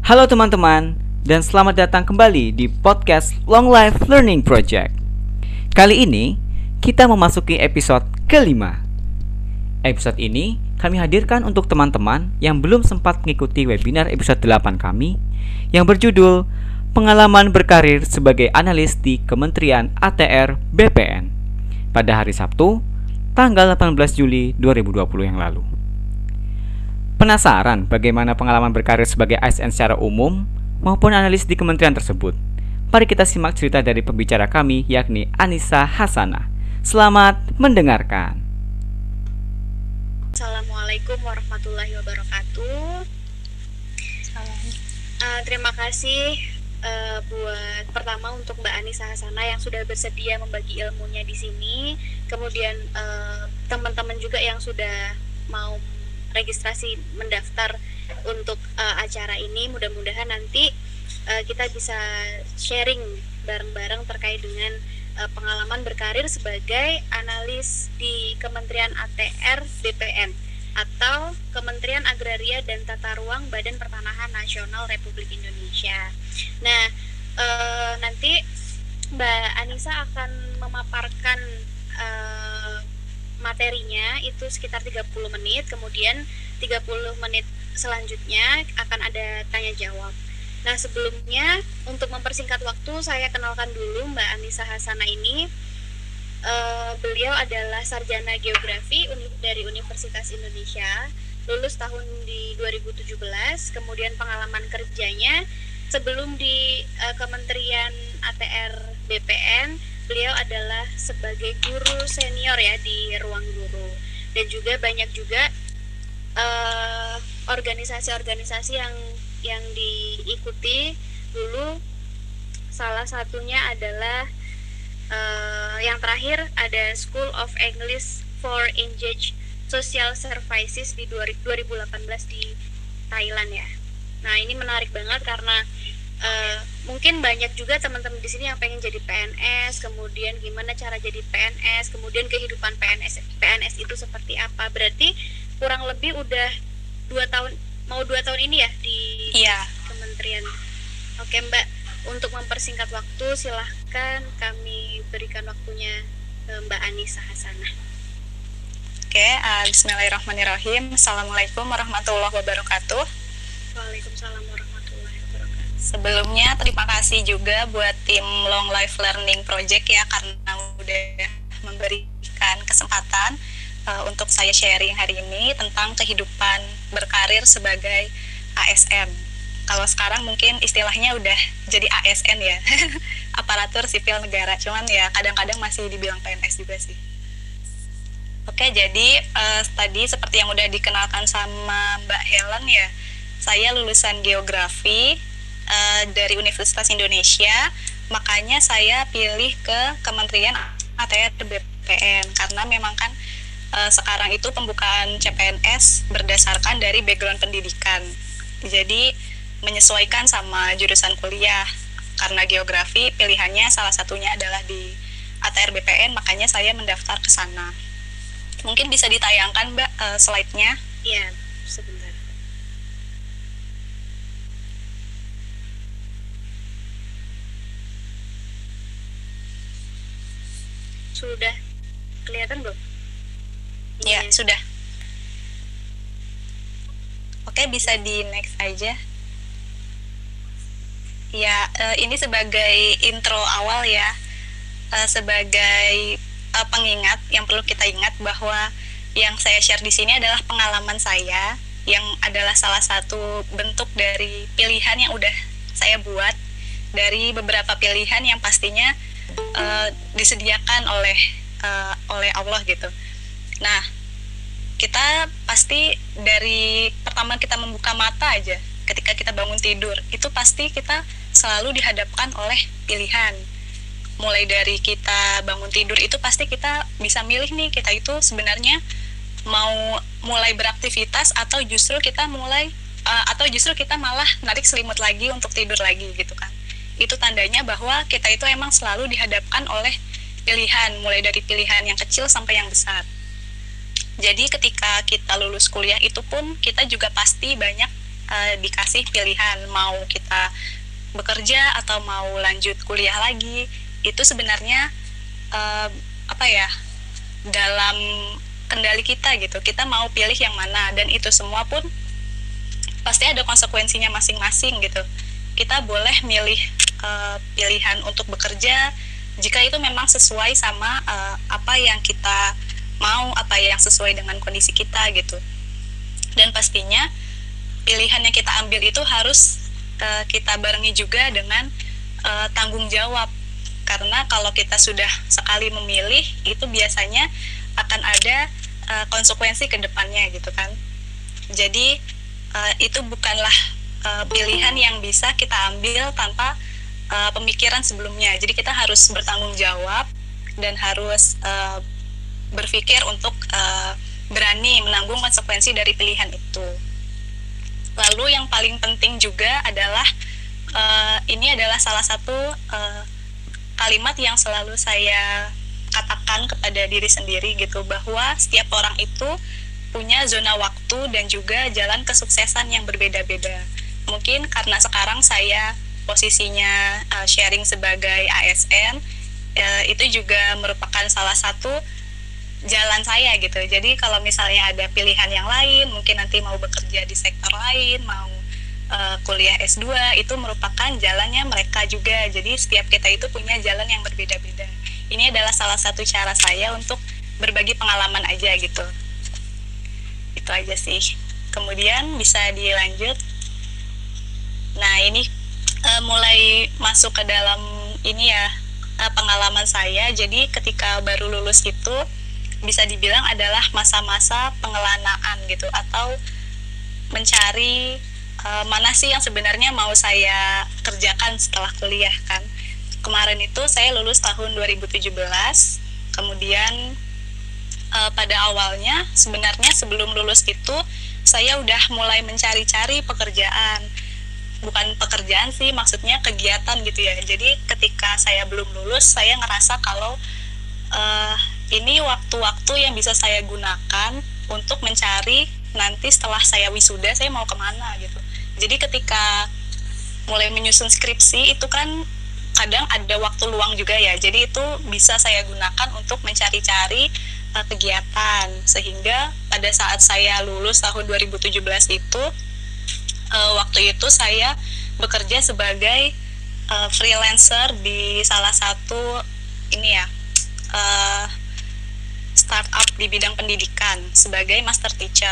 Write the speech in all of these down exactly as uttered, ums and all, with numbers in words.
Halo teman-teman, dan selamat datang kembali di podcast Long Life Learning Project. Kali ini, kita memasuki episode kelima. Episode ini kami hadirkan untuk teman-teman yang belum sempat mengikuti webinar episode delapan kami yang berjudul Pengalaman Berkarir sebagai Analis di Kementerian A T R B P N pada hari Sabtu, tanggal delapan belas Juli dua ribu dua puluh yang lalu. Penasaran bagaimana pengalaman berkarir sebagai A S N secara umum maupun analis di kementerian tersebut? Mari kita simak cerita dari pembicara kami, yakni Anissa Hasanah. Selamat mendengarkan. Assalamualaikum warahmatullahi wabarakatuh. Salam. Uh, terima kasih uh, buat pertama untuk Mbak Anissa Hasanah yang sudah bersedia membagi ilmunya di sini. Kemudian uh, teman-teman juga yang sudah mau registrasi mendaftar untuk uh, acara ini. Mudah-mudahan nanti uh, kita bisa sharing bareng-bareng terkait dengan uh, pengalaman berkarir sebagai analis di Kementerian A T R B P N atau Kementerian Agraria dan Tata Ruang Badan Pertanahan Nasional Republik Indonesia. Nah, uh, nanti Mbak Anissa akan memaparkan uh, materinya itu sekitar tiga puluh menit, kemudian tiga puluh menit selanjutnya akan ada tanya jawab. Nah, sebelumnya untuk mempersingkat waktu saya kenalkan dulu Mbak Anissa Hasanah ini. Uh, beliau adalah sarjana geografi dari Universitas Indonesia, lulus tahun di dua ribu tujuh belas, kemudian pengalaman kerjanya sebelum di uh, Kementerian A T R B P N beliau adalah sebagai guru senior ya di ruang guru, dan juga banyak juga uh, organisasi-organisasi yang yang diikuti dulu. Salah satunya adalah uh, yang terakhir ada School of English for Engaged Social Services di dua ribu delapan belas di Thailand ya. Nah, ini menarik banget karena Uh, mungkin banyak juga teman-teman di sini yang pengen jadi P N S, kemudian gimana cara jadi P N S, kemudian kehidupan P N S P N S itu seperti apa. Berarti kurang lebih udah dua tahun, mau dua tahun ini ya di Iya. kementerian. Oke Mbak, untuk mempersingkat waktu silahkan kami berikan waktunya ke Mbak Anissa Hasanah. Oke, uh, bismillahirrahmanirrahim. Assalamualaikum warahmatullahi wabarakatuh. Waalaikumsalam warahmatullahi wabarakatuh. Sebelumnya terima kasih juga buat tim Long Life Learning Project ya, karena udah memberikan kesempatan uh, untuk saya sharing hari ini tentang kehidupan berkarir sebagai A S N. Kalau sekarang mungkin istilahnya udah jadi A S N ya, aparatur sipil negara, cuman ya kadang-kadang masih dibilang P N S juga sih. Oke, jadi uh, tadi seperti yang udah dikenalkan sama Mbak Helen ya, saya lulusan geografi Uh, dari Universitas Indonesia, makanya saya pilih ke Kementerian A T R B P N karena memang kan uh, sekarang itu pembukaan C P N S berdasarkan dari background pendidikan, jadi menyesuaikan sama jurusan kuliah. Karena geografi pilihannya salah satunya adalah di A T R B P N, makanya saya mendaftar ke sana. Mungkin bisa ditayangkan Mbak uh, slide-nya? Iya, sebentar. Sudah kelihatan belum? Ya, ya, sudah. Oke, bisa di next aja. Ya, uh, ini sebagai intro awal ya, uh, sebagai uh, pengingat yang perlu kita ingat bahwa yang saya share di sini adalah pengalaman saya, yang adalah salah satu bentuk dari pilihan yang udah saya buat dari beberapa pilihan yang pastinya Uh, disediakan oleh uh, oleh Allah gitu. Nah, kita pasti dari pertama kita membuka mata aja, ketika kita bangun tidur, itu pasti kita selalu dihadapkan oleh pilihan. Mulai dari kita bangun tidur itu pasti kita bisa milih nih, kita itu sebenarnya mau mulai beraktivitas atau justru kita mulai uh, atau justru kita malah narik selimut lagi untuk tidur lagi gitu kan. Itu tandanya bahwa kita itu emang selalu dihadapkan oleh pilihan, mulai dari pilihan yang kecil sampai yang besar. Jadi ketika kita lulus kuliah itu pun kita juga pasti banyak uh, dikasih pilihan mau kita bekerja atau mau lanjut kuliah lagi, itu sebenarnya uh, apa ya, dalam kendali kita gitu, kita mau pilih yang mana, dan itu semua pun pasti ada konsekuensinya masing-masing gitu. Kita boleh milih uh, pilihan untuk bekerja jika itu memang sesuai sama uh, apa yang kita mau, apa yang sesuai dengan kondisi kita gitu. Dan pastinya pilihan yang kita ambil itu harus uh, kita barengi juga dengan uh, tanggung jawab, karena kalau kita sudah sekali memilih itu biasanya akan ada uh, konsekuensi ke depannya gitu kan. Jadi uh, itu bukanlah uh, pilihan yang bisa kita ambil tanpa uh, pemikiran sebelumnya. Jadi kita harus bertanggung jawab dan harus uh, berpikir untuk uh, berani menanggung konsekuensi dari pilihan itu. Lalu yang paling penting juga adalah uh, ini adalah salah satu uh, kalimat yang selalu saya katakan kepada diri sendiri gitu, bahwa setiap orang itu punya zona waktu dan juga jalan kesuksesan yang berbeda-beda. Mungkin karena sekarang saya posisinya uh, sharing sebagai A S N, uh, itu juga merupakan salah satu jalan saya gitu. Jadi kalau misalnya ada pilihan yang lain, mungkin nanti mau bekerja di sektor lain, mau uh, kuliah S dua, itu merupakan jalannya mereka juga. Jadi setiap kita itu punya jalan yang berbeda-beda. Ini adalah salah satu cara saya untuk berbagi pengalaman aja gitu. Itu aja sih. Kemudian bisa dilanjut. Nah ini uh, mulai masuk ke dalam ini ya, uh, pengalaman saya. Jadi ketika baru lulus itu bisa dibilang adalah masa-masa pengelanaan gitu, atau mencari uh, mana sih yang sebenarnya mau saya kerjakan setelah kuliah kan. Kemarin itu saya lulus tahun dua ribu tujuh belas, kemudian uh, pada awalnya sebenarnya sebelum lulus itu saya udah mulai mencari-cari pekerjaan. Bukan pekerjaan sih, maksudnya kegiatan gitu ya. Jadi ketika saya belum lulus, saya ngerasa kalau uh, ini waktu-waktu yang bisa saya gunakan untuk mencari nanti setelah saya wisuda saya mau kemana gitu. Jadi ketika mulai menyusun skripsi itu kan kadang ada waktu luang juga ya. Jadi itu bisa saya gunakan untuk mencari-cari uh, kegiatan, sehingga pada saat saya lulus tahun dua ribu tujuh belas itu uh, waktu itu saya bekerja sebagai uh, freelancer di salah satu ini ya uh, startup di bidang pendidikan sebagai master teacher.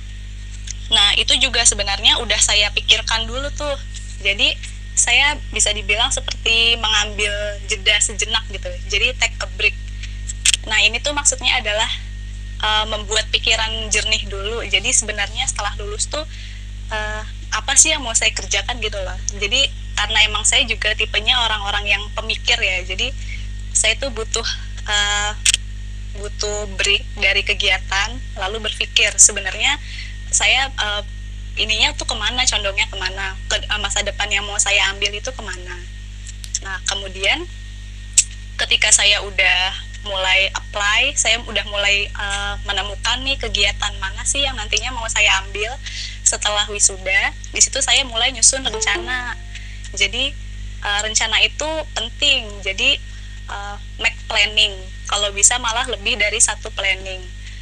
Nah itu juga sebenarnya udah saya pikirkan dulu tuh. Jadi saya bisa dibilang seperti mengambil jeda sejenak gitu. Jadi take a break. Nah ini tuh maksudnya adalah uh, membuat pikiran jernih dulu. Jadi sebenarnya setelah lulus tuh uh, apa sih yang mau saya kerjakan gitu loh. Jadi karena emang saya juga tipenya orang-orang yang pemikir ya. Jadi saya tuh butuh uh, butuh break dari kegiatan, lalu berpikir sebenarnya saya uh, ininya tuh kemana, condongnya kemana, ke uh, masa depan yang mau saya ambil itu kemana. Nah kemudian ketika saya udah mulai apply, saya udah mulai uh, menemukan nih kegiatan mana sih yang nantinya mau saya ambil setelah wisuda. Di situ saya mulai nyusun rencana. Jadi uh, rencana itu penting. Jadi uh, make planning. Kalau bisa malah lebih dari satu planning.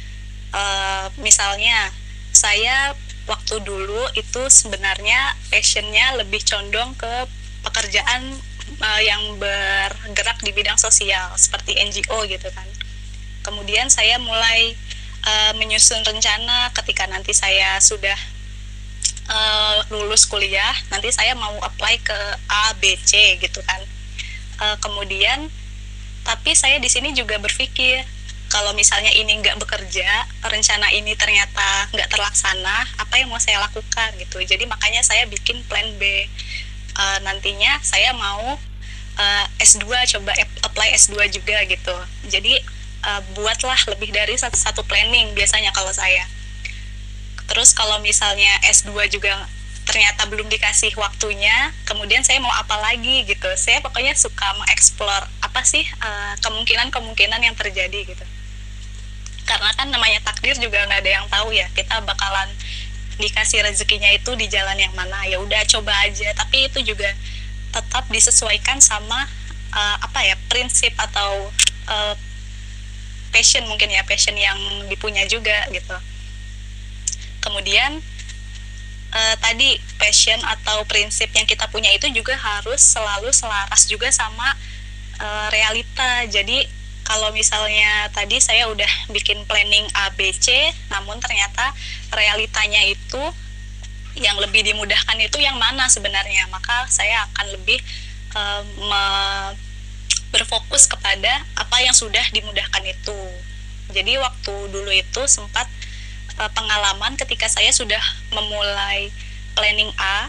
Uh, misalnya saya waktu dulu itu sebenarnya passionnya lebih condong ke pekerjaan uh, yang bergerak di bidang sosial seperti N G O gitu kan. Kemudian saya mulai uh, menyusun rencana ketika nanti saya sudah uh, lulus kuliah, nanti saya mau apply ke A, B, C gitu kan. Uh, kemudian tapi saya di sini juga berpikir kalau misalnya ini nggak bekerja, rencana ini ternyata nggak terlaksana, apa yang mau saya lakukan gitu. Jadi makanya saya bikin plan B. Uh, nantinya saya mau uh, S dua, coba apply S dua juga gitu. Jadi uh, buatlah lebih dari satu, satu planning biasanya kalau saya. Terus kalau misalnya S dua juga ternyata belum dikasih waktunya, kemudian saya mau apa lagi gitu. Saya pokoknya suka mengeksplor apa sih uh, kemungkinan-kemungkinan yang terjadi gitu. Karena kan namanya takdir juga nggak ada yang tahu ya, kita bakalan dikasih rezekinya itu di jalan yang mana, ya udah coba aja. Tapi itu juga tetap disesuaikan sama uh, apa ya, prinsip atau uh, passion, mungkin ya, passion yang dipunya juga gitu. Kemudian uh, tadi passion atau prinsip yang kita punya itu juga harus selalu selaras juga sama uh, realita. Jadi kalau misalnya tadi saya udah bikin planning A B C, namun ternyata realitanya itu yang lebih dimudahkan itu yang mana sebenarnya, maka saya akan lebih uh, me- berfokus kepada apa yang sudah dimudahkan itu. Jadi waktu dulu itu sempat uh, pengalaman ketika saya sudah memulai planning A,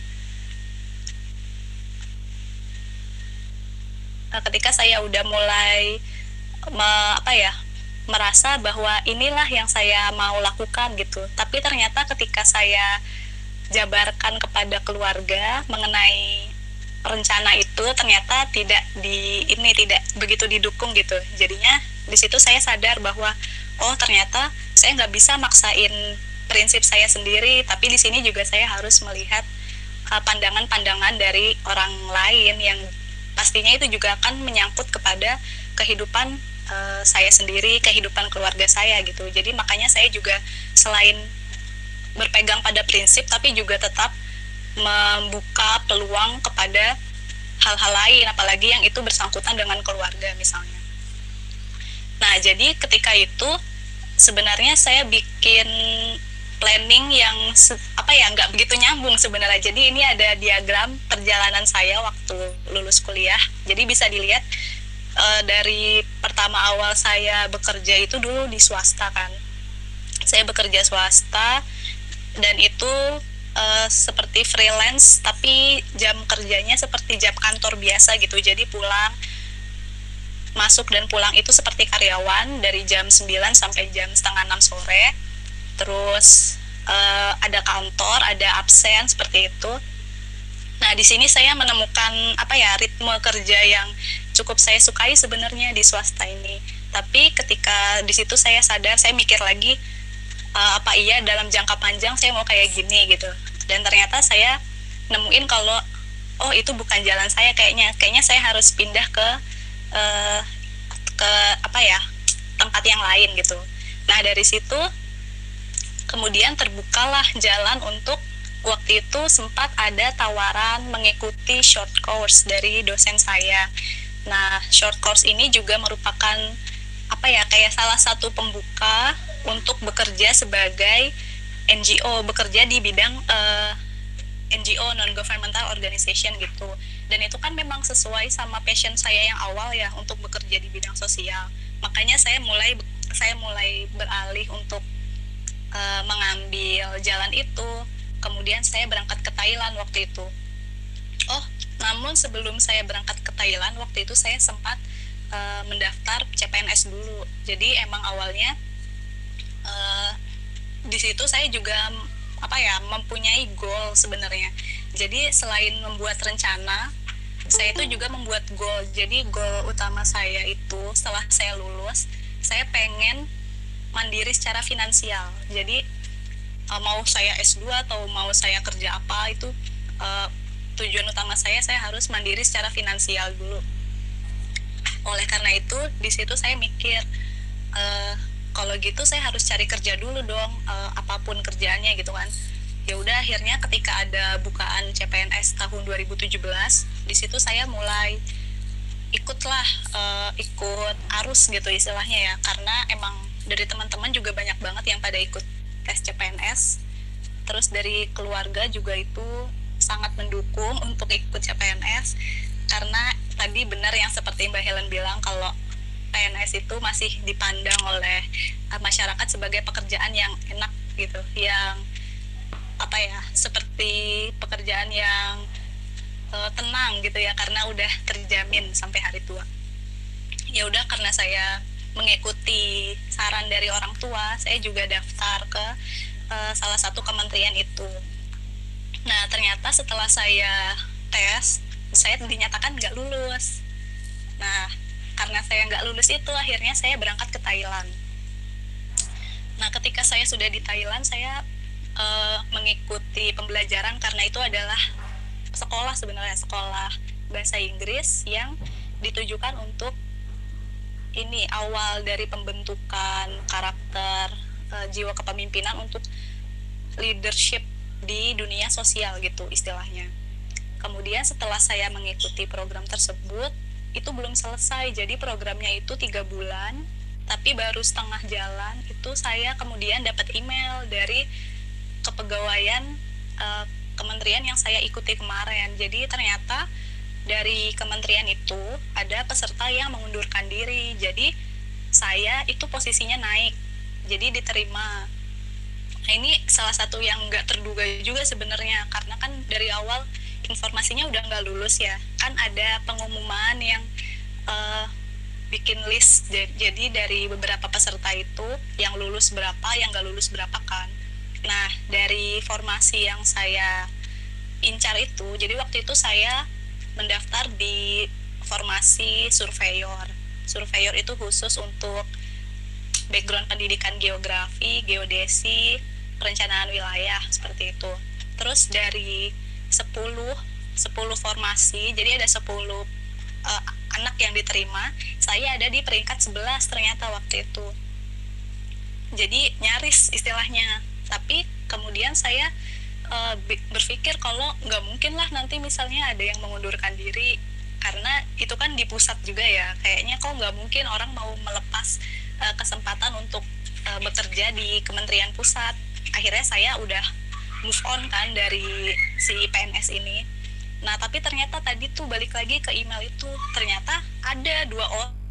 uh, ketika saya udah mulai me, apa ya merasa bahwa inilah yang saya mau lakukan gitu. Tapi ternyata ketika saya jabarkan kepada keluarga mengenai rencana itu, ternyata tidak di ini tidak begitu didukung gitu. Jadinya di situ saya sadar bahwa oh ternyata saya nggak bisa maksain prinsip saya sendiri, tapi di sini juga saya harus melihat uh, pandangan-pandangan dari orang lain yang pastinya itu juga akan menyangkut kepada kehidupan uh, saya sendiri, kehidupan keluarga saya gitu. Jadi makanya saya juga selain berpegang pada prinsip, tapi juga tetap membuka peluang kepada hal-hal lain, apalagi yang itu bersangkutan dengan keluarga misalnya. Nah, jadi ketika itu sebenarnya saya bikin planning yang apa ya nggak begitu nyambung sebenarnya. Jadi ini ada diagram perjalanan saya waktu lulus kuliah. Jadi bisa dilihat uh, dari pertama awal saya bekerja itu dulu di swasta kan. Saya bekerja swasta dan itu uh, seperti freelance, tapi jam kerjanya seperti jam kantor biasa gitu. Jadi pulang, masuk dan pulang itu seperti karyawan dari jam sembilan sampai jam setengah enam sore. Terus uh, ada kantor, ada absen seperti itu. Nah, di sini saya menemukan apa ya, ritme kerja yang cukup saya sukai sebenarnya di swasta ini. Tapi ketika di situ saya sadar, saya mikir lagi, Uh, apa iya dalam jangka panjang saya mau kayak gini gitu. Dan ternyata saya nemuin kalau oh itu bukan jalan saya, kayaknya kayaknya saya harus pindah ke uh, ke apa ya tempat yang lain gitu. Nah, dari situ kemudian terbukalah jalan untuk waktu itu sempat ada tawaran mengikuti short course dari dosen saya. Nah, short course ini juga merupakan apa ya kayak salah satu pembuka untuk bekerja sebagai N G O, bekerja di bidang uh, N G O, non governmental organization gitu. Dan itu kan memang sesuai sama passion saya yang awal ya, untuk bekerja di bidang sosial. Makanya saya mulai saya mulai beralih untuk uh, mengambil jalan itu. Kemudian saya berangkat ke Thailand waktu itu. Oh, namun sebelum saya berangkat ke Thailand waktu itu saya sempat uh, mendaftar C P N S dulu. Jadi emang awalnya Uh, di situ saya juga apa ya mempunyai goal sebenarnya. Jadi selain membuat rencana, saya itu juga membuat goal. Jadi goal utama saya itu setelah saya lulus, saya pengen mandiri secara finansial. Jadi uh, mau saya S dua atau mau saya kerja apa itu uh, tujuan utama saya saya harus mandiri secara finansial dulu. Oleh karena itu di situ saya mikir uh, kalau gitu saya harus cari kerja dulu dong, uh, apapun kerjaannya gitu kan. Ya udah, akhirnya ketika ada bukaan C P N S tahun dua ribu tujuh belas, di situ saya mulai ikutlah uh, ikut arus gitu istilahnya ya, karena emang dari teman-teman juga banyak banget yang pada ikut tes C P N S. Terus dari keluarga juga itu sangat mendukung untuk ikut C P N S, karena tadi benar yang seperti Mbak Helen bilang kalau P N S itu masih dipandang oleh uh, masyarakat sebagai pekerjaan yang enak gitu, yang apa ya seperti pekerjaan yang uh, tenang gitu ya, karena udah terjamin sampai hari tua. Ya udah, karena saya mengikuti saran dari orang tua, saya juga daftar ke uh, salah satu kementerian itu. Nah, ternyata setelah saya tes, saya dinyatakan nggak lulus. Nah, karena saya nggak lulus itu, akhirnya saya berangkat ke Thailand. Nah, ketika saya sudah di Thailand, saya uh, mengikuti pembelajaran karena itu adalah sekolah sebenarnya sekolah bahasa Inggris yang ditujukan untuk ini awal dari pembentukan karakter uh, jiwa kepemimpinan untuk leadership di dunia sosial gitu istilahnya. Kemudian setelah saya mengikuti program tersebut itu belum selesai, jadi programnya itu tiga bulan, tapi baru setengah jalan itu saya kemudian dapat email dari kepegawaian uh, kementerian yang saya ikuti kemarin. Jadi ternyata dari kementerian itu ada peserta yang mengundurkan diri, jadi saya itu posisinya naik, jadi diterima. Nah ini salah satu yang nggak terduga juga sebenarnya, karena kan dari awal informasinya udah nggak lulus ya, kan ada pengumuman yang uh, bikin list, jadi dari beberapa peserta itu yang lulus berapa, yang nggak lulus berapa kan. Nah dari formasi yang saya incar itu, jadi waktu itu saya mendaftar di formasi surveyor. Surveyor itu khusus untuk background pendidikan geografi, geodesi, perencanaan wilayah seperti itu. Terus dari sepuluh formasi, jadi ada sepuluh uh, anak yang diterima, saya ada di peringkat sebelas ternyata waktu itu. Jadi nyaris istilahnya. Tapi kemudian saya uh, berpikir kalau nggak mungkin lah nanti misalnya ada yang mengundurkan diri, karena itu kan di pusat juga ya, kayaknya kok nggak mungkin orang mau melepas uh, kesempatan untuk uh, bekerja di kementerian pusat. Akhirnya saya udah move on kan dari si P N S ini. Nah tapi ternyata tadi tuh balik lagi ke email itu, ternyata ada dua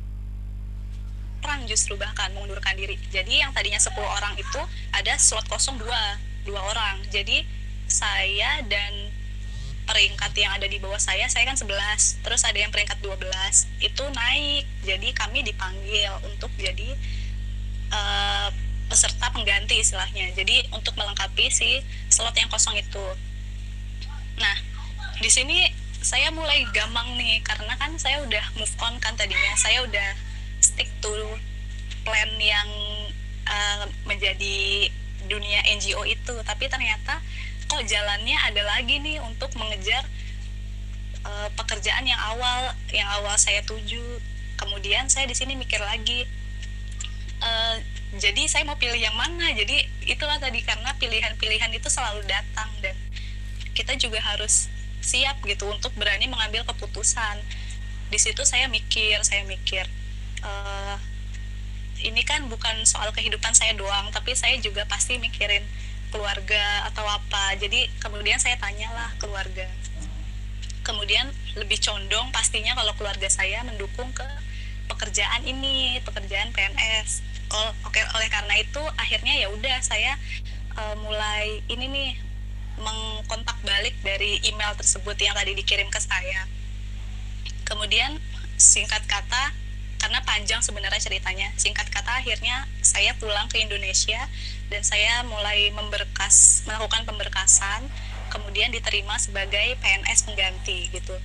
orang justru bahkan mengundurkan diri. Jadi yang tadinya sepuluh orang itu ada slot kosong dua, dua orang. Jadi saya dan peringkat yang ada di bawah saya, saya kan sebelas, terus ada yang peringkat dua belas, itu naik. Jadi kami dipanggil untuk jadi uh, peserta pengganti istilahnya. Jadi untuk melengkapi si slot yang kosong itu. Nah, di sini saya mulai gamang nih, karena kan saya udah move on kan tadinya. Saya udah stick to plan yang uh, menjadi dunia N G O itu, tapi ternyata kok jalannya ada lagi nih untuk mengejar uh, pekerjaan yang awal yang awal saya tuju. Kemudian saya di sini mikir lagi, uh, jadi saya mau pilih yang mana. Jadi itulah tadi, karena pilihan-pilihan itu selalu datang dan kita juga harus siap gitu untuk berani mengambil keputusan. Di situ saya mikir, saya mikir uh, ini kan bukan soal kehidupan saya doang, tapi saya juga pasti mikirin keluarga atau apa. Jadi kemudian saya tanyalah keluarga. Kemudian lebih condong pastinya kalau keluarga saya mendukung ke pekerjaan ini, pekerjaan P N S. Oh, oke, oleh karena itu akhirnya ya udah saya uh, mulai ini nih mengkontak balik dari email tersebut yang tadi dikirim ke saya. Kemudian singkat kata, karena panjang sebenarnya ceritanya, singkat kata akhirnya saya pulang ke Indonesia dan saya mulai memberkas, melakukan pemberkasan, kemudian diterima sebagai P N S pengganti gitu.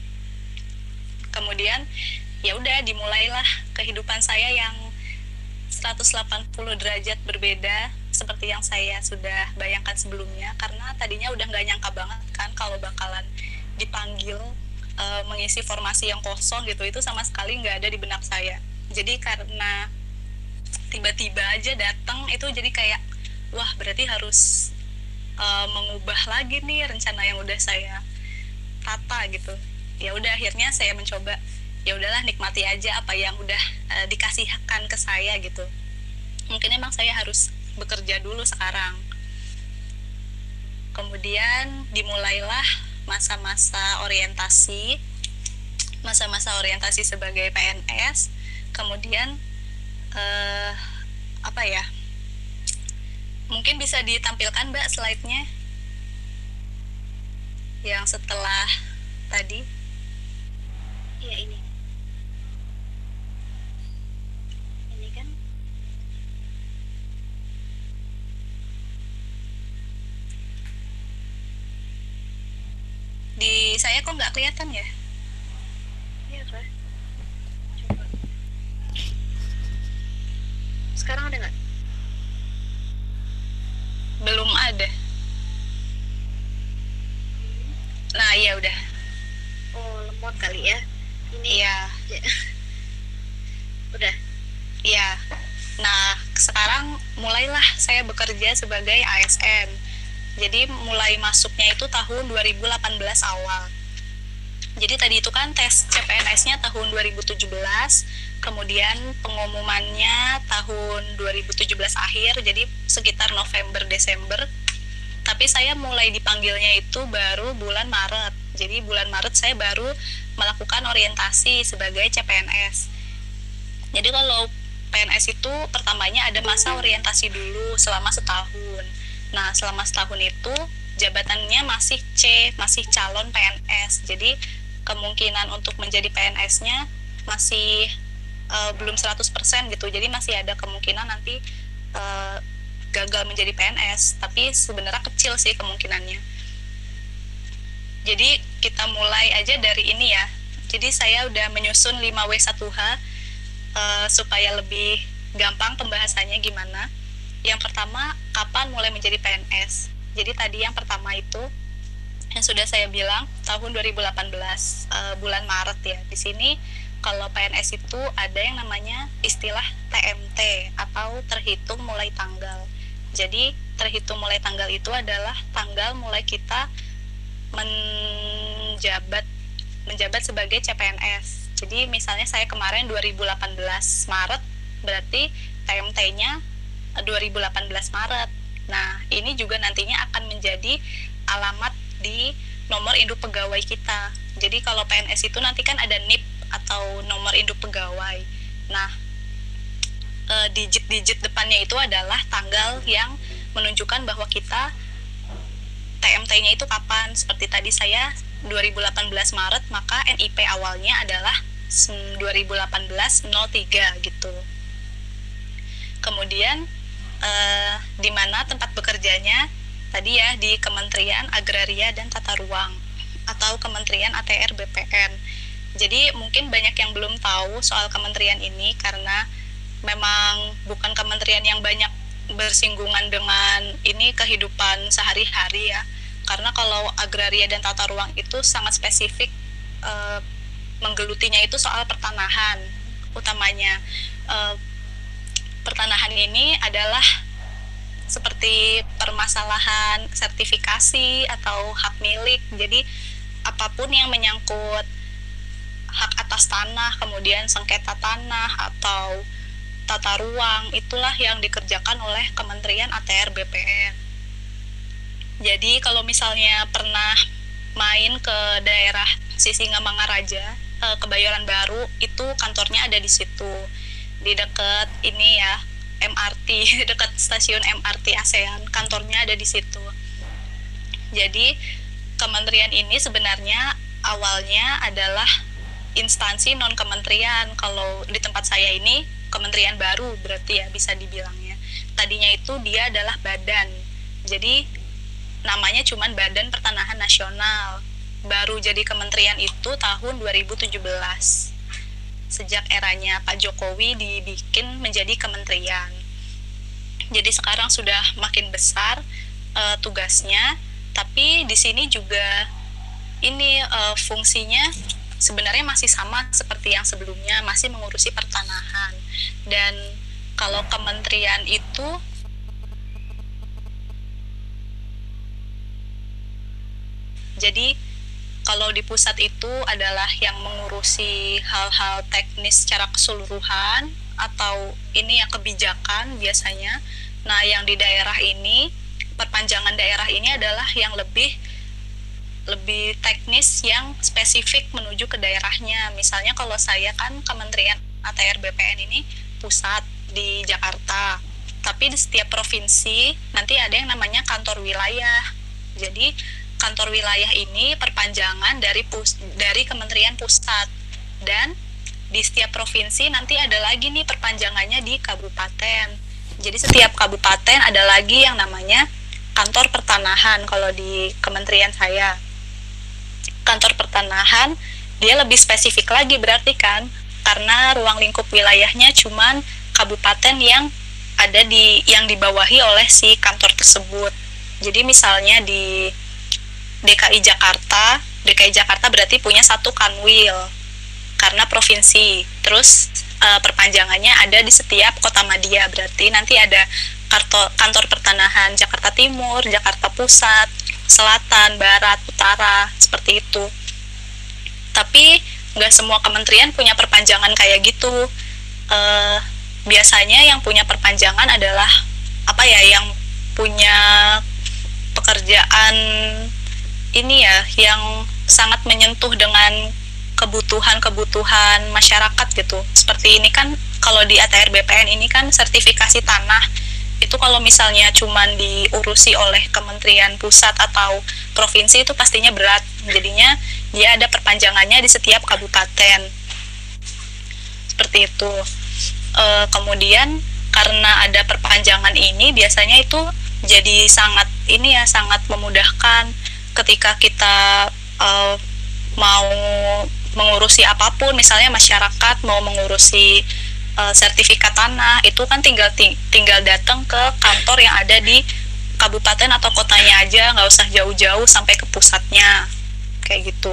Kemudian ya udah dimulailah kehidupan saya yang seratus delapan puluh derajat berbeda seperti yang saya sudah bayangkan sebelumnya, karena tadinya udah nggak nyangka banget kan kalau bakalan dipanggil uh, mengisi formasi yang kosong gitu. Itu sama sekali nggak ada di benak saya. Jadi karena tiba-tiba aja datang itu, jadi kayak wah berarti harus uh, mengubah lagi nih rencana yang udah saya tata gitu. Ya udah akhirnya saya mencoba, ya udahlah nikmati aja apa yang udah uh, dikasihkan ke saya gitu. Mungkin emang saya harus bekerja dulu sekarang. Kemudian dimulailah masa-masa orientasi, masa-masa orientasi sebagai P N S. Kemudian uh, apa ya? Mungkin bisa ditampilkan Mbak slide-nya yang setelah tadi. Iya ini. Ini kan. Di saya kok nggak kelihatan ya? Iya kah? Coba. Sekarang ada nggak? belum ada. Nah, iya udah. Oh, lemot kali ya. Ini Iya. udah. Iya. Nah, sekarang mulailah saya bekerja sebagai A S N. Jadi mulai masuknya itu tahun dua ribu delapan belas awal. Jadi tadi itu kan tes C P N S-nya tahun dua ribu tujuh belas, kemudian pengumumannya tahun dua ribu tujuh belas akhir, jadi sekitar November Desember. Tapi saya mulai dipanggilnya itu baru bulan Maret. Jadi bulan Maret saya baru melakukan orientasi sebagai C P N S. Jadi kalau P N S itu pertamanya ada masa orientasi dulu selama setahun. Nah, selama setahun itu jabatannya masih C, masih calon P N S. Jadi kemungkinan untuk menjadi P N S-nya masih uh, belum seratus persen gitu. Jadi masih ada kemungkinan nanti uh, gagal menjadi P N S, tapi sebenarnya kecil sih kemungkinannya. Jadi kita mulai aja dari ini ya. Jadi saya udah menyusun lima W satu H uh, supaya lebih gampang pembahasannya gimana. Yang pertama, kapan mulai menjadi P N S. Jadi tadi yang pertama itu yang sudah saya bilang tahun dua ribu delapan belas uh, bulan Maret ya. Di sini kalau P N S itu ada yang namanya istilah T M T atau terhitung mulai tanggal. Jadi terhitung mulai tanggal itu adalah tanggal mulai kita menjabat menjabat sebagai C P N S. Jadi misalnya saya kemarin dua ribu delapan belas Maret, berarti T M T-nya dua ribu delapan belas Maret. Nah, ini juga nantinya akan menjadi alamat di nomor induk pegawai kita. Jadi kalau P N S itu nanti kan ada N I P atau nomor induk pegawai. Nah, e, digit-digit depannya itu adalah tanggal yang menunjukkan bahwa kita T M T-nya itu kapan. Seperti tadi saya dua ribu delapan belas Maret, maka N I P awalnya adalah dua ribu delapan belas nol tiga gitu. Kemudian eh, di mana tempat bekerjanya tadi ya di Kementerian Agraria dan Tata Ruang atau Kementerian A T R B P N. Jadi mungkin banyak yang belum tahu soal kementerian ini karena memang bukan kementerian yang banyak bersinggungan dengan ini kehidupan sehari-hari ya. Karena kalau agraria dan tata ruang itu sangat spesifik, e, menggelutinya itu soal pertanahan utamanya. E, pertanahan ini adalah seperti permasalahan sertifikasi atau hak milik. Jadi apapun yang menyangkut hak atas tanah, kemudian sengketa tanah atau tata ruang, itulah yang dikerjakan oleh Kementerian A T R B P N. Jadi kalau misalnya pernah main ke daerah Sisingamangaraja, eh, Kebayoran Baru, itu kantornya ada di situ, di dekat ini ya M R T, dekat stasiun M R T ASEAN, kantornya ada di situ. Jadi kementerian ini sebenarnya awalnya adalah instansi non kementerian. Kalau di tempat saya ini kementerian baru berarti ya bisa dibilangnya. Tadinya itu dia adalah badan. Jadi namanya cuman Badan Pertanahan Nasional. Baru jadi kementerian itu tahun dua ribu tujuh belas. Sejak eranya Pak Jokowi dibikin menjadi kementerian. Jadi sekarang sudah makin besar e, tugasnya, tapi di sini juga ini e, fungsinya sebenarnya masih sama seperti yang sebelumnya, masih mengurusi pertanahan. Dan kalau kementerian itu jadi kalau di pusat itu adalah yang mengurusi hal-hal teknis secara keseluruhan atau ini yang kebijakan biasanya. Nah, yang di daerah ini, perpanjangan daerah ini adalah yang lebih lebih teknis yang spesifik menuju ke daerahnya. Misalnya kalau saya kan Kementerian A T R B P N ini pusat di Jakarta, tapi di setiap provinsi nanti ada yang namanya kantor wilayah. Jadi kantor wilayah ini perpanjangan dari pus, dari Kementerian Pusat, dan di setiap provinsi nanti ada lagi nih perpanjangannya di kabupaten. Jadi setiap kabupaten ada lagi yang namanya kantor pertanahan. Kalau di kementerian saya kantor pertanahan dia lebih spesifik lagi berarti kan, karena ruang lingkup wilayahnya cuman kabupaten yang ada di yang dibawahi oleh si kantor tersebut. Jadi misalnya di D K I Jakarta, D K I Jakarta berarti punya satu kanwil karena provinsi. Terus uh, perpanjangannya ada di setiap kota madya, berarti nanti ada kantor, kantor pertanahan Jakarta Timur, Jakarta Pusat, Selatan, Barat, Utara, seperti itu. Tapi nggak semua kementerian punya perpanjangan kayak gitu. Uh, biasanya yang punya perpanjangan adalah apa ya, yang punya pekerjaan ini ya, yang sangat menyentuh dengan kebutuhan-kebutuhan masyarakat gitu. Seperti ini kan, kalau di A T R B P N ini kan sertifikasi tanah. Itu kalau misalnya cuman diurusi oleh kementerian pusat atau provinsi itu pastinya berat. Jadinya dia ada perpanjangannya di setiap kabupaten. Seperti itu. E, kemudian karena ada perpanjangan ini, biasanya itu jadi sangat ini ya, sangat memudahkan ketika kita e, mau mengurusi apapun. Misalnya masyarakat mau mengurusi uh, sertifikat tanah, itu kan tinggal ting- tinggal datang ke kantor yang ada di kabupaten atau kotanya aja, nggak usah jauh-jauh sampai ke pusatnya, kayak gitu.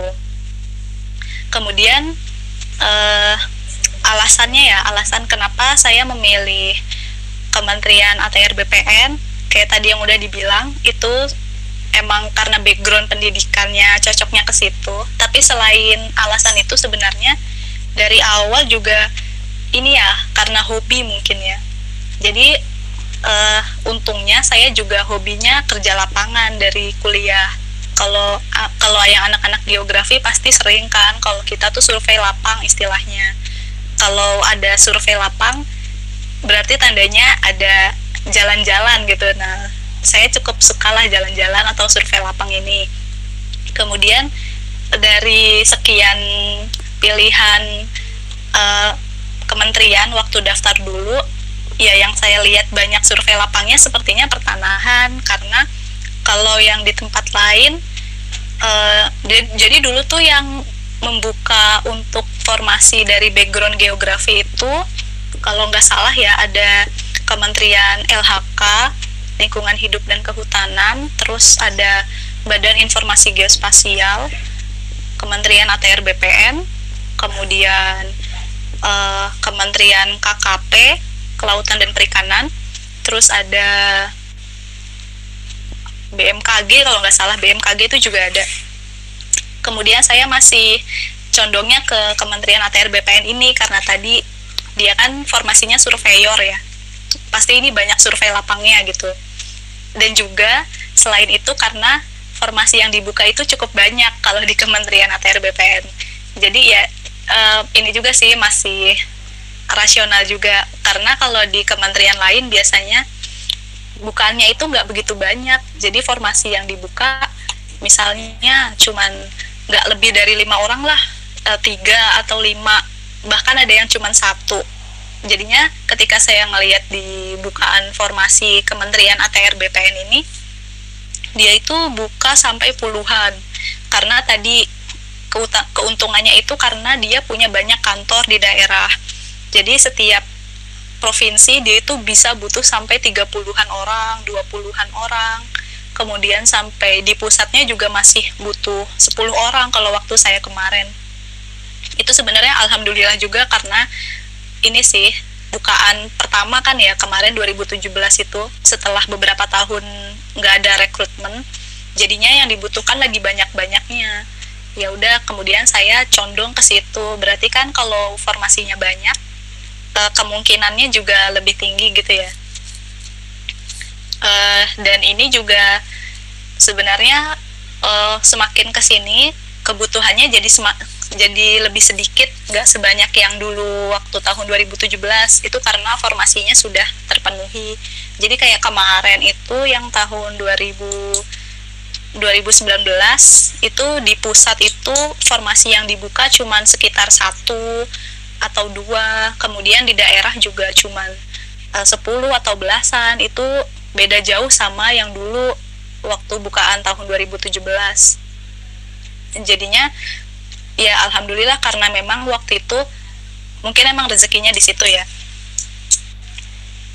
Kemudian uh, alasannya ya, alasan kenapa saya memilih Kementerian A T R B P N, kayak tadi yang udah dibilang, itu emang karena background pendidikannya cocoknya ke situ. Tapi selain alasan itu, sebenarnya dari awal juga ini ya, karena hobi mungkin ya. Jadi uh, untungnya saya juga hobinya kerja lapangan dari kuliah. Kalau uh, kalau yang anak-anak geografi pasti sering kan, kalau kita tuh survei lapang istilahnya. Kalau ada survei lapang berarti tandanya ada jalan-jalan gitu. Nah, saya cukup sukalah jalan-jalan atau survei lapang ini. Kemudian dari sekian pilihan uh, kementerian waktu daftar dulu, ya yang saya lihat banyak survei lapangnya sepertinya pertanahan, karena kalau yang di tempat lain uh, di, jadi dulu tuh yang membuka untuk formasi dari background geografi itu, kalau nggak salah ya, ada Kementerian L H K, Lingkungan Hidup dan Kehutanan, terus ada Badan Informasi Geospasial, Kementerian A T R B P N, kemudian eh, Kementerian K K P, Kelautan dan Perikanan, terus ada B M K G, kalau nggak salah B M K G itu juga ada. Kemudian saya masih condongnya ke Kementerian A T R B P N ini karena tadi dia kan formasinya surveyor ya, pasti ini banyak survei lapangnya gitu. Dan juga selain itu karena formasi yang dibuka itu cukup banyak kalau di Kementerian A T R B P N. Jadi ya uh, ini juga sih masih rasional juga, karena kalau di kementerian lain biasanya bukannya itu nggak begitu banyak. Jadi formasi yang dibuka misalnya cuman nggak lebih dari lima orang lah, uh, tiga atau lima, bahkan ada yang cuman satu. Jadinya ketika saya ngelihat di bukaan formasi Kementerian A T R B P N ini, dia itu buka sampai puluhan. Karena tadi keuntungannya itu karena dia punya banyak kantor di daerah. Jadi setiap provinsi dia itu bisa butuh sampai tiga puluhan orang, dua puluhan orang. Kemudian sampai di pusatnya juga masih butuh sepuluh orang kalau waktu saya kemarin. Itu sebenarnya alhamdulillah juga, karena ini sih bukaan pertama kan ya kemarin dua ribu tujuh belas itu, setelah beberapa tahun nggak ada rekrutmen, jadinya yang dibutuhkan lagi banyak-banyaknya. Ya udah, kemudian saya condong ke situ. Berarti kan kalau formasinya banyak, kemungkinannya juga lebih tinggi gitu ya. Dan ini juga sebenarnya semakin kesini kebutuhannya jadi semak jadi lebih sedikit, nggak sebanyak yang dulu waktu tahun dua ribu tujuh belas itu, karena formasinya sudah terpenuhi. Jadi kayak kemarin itu yang tahun dua ribu sembilan belas itu di pusat itu formasi yang dibuka cuman sekitar satu atau dua, kemudian di daerah juga cuman uh, sepuluh atau belasan. Itu beda jauh sama yang dulu waktu bukaan tahun dua ribu tujuh belas. Jadinya ya alhamdulillah, karena memang waktu itu mungkin emang rezekinya di situ ya.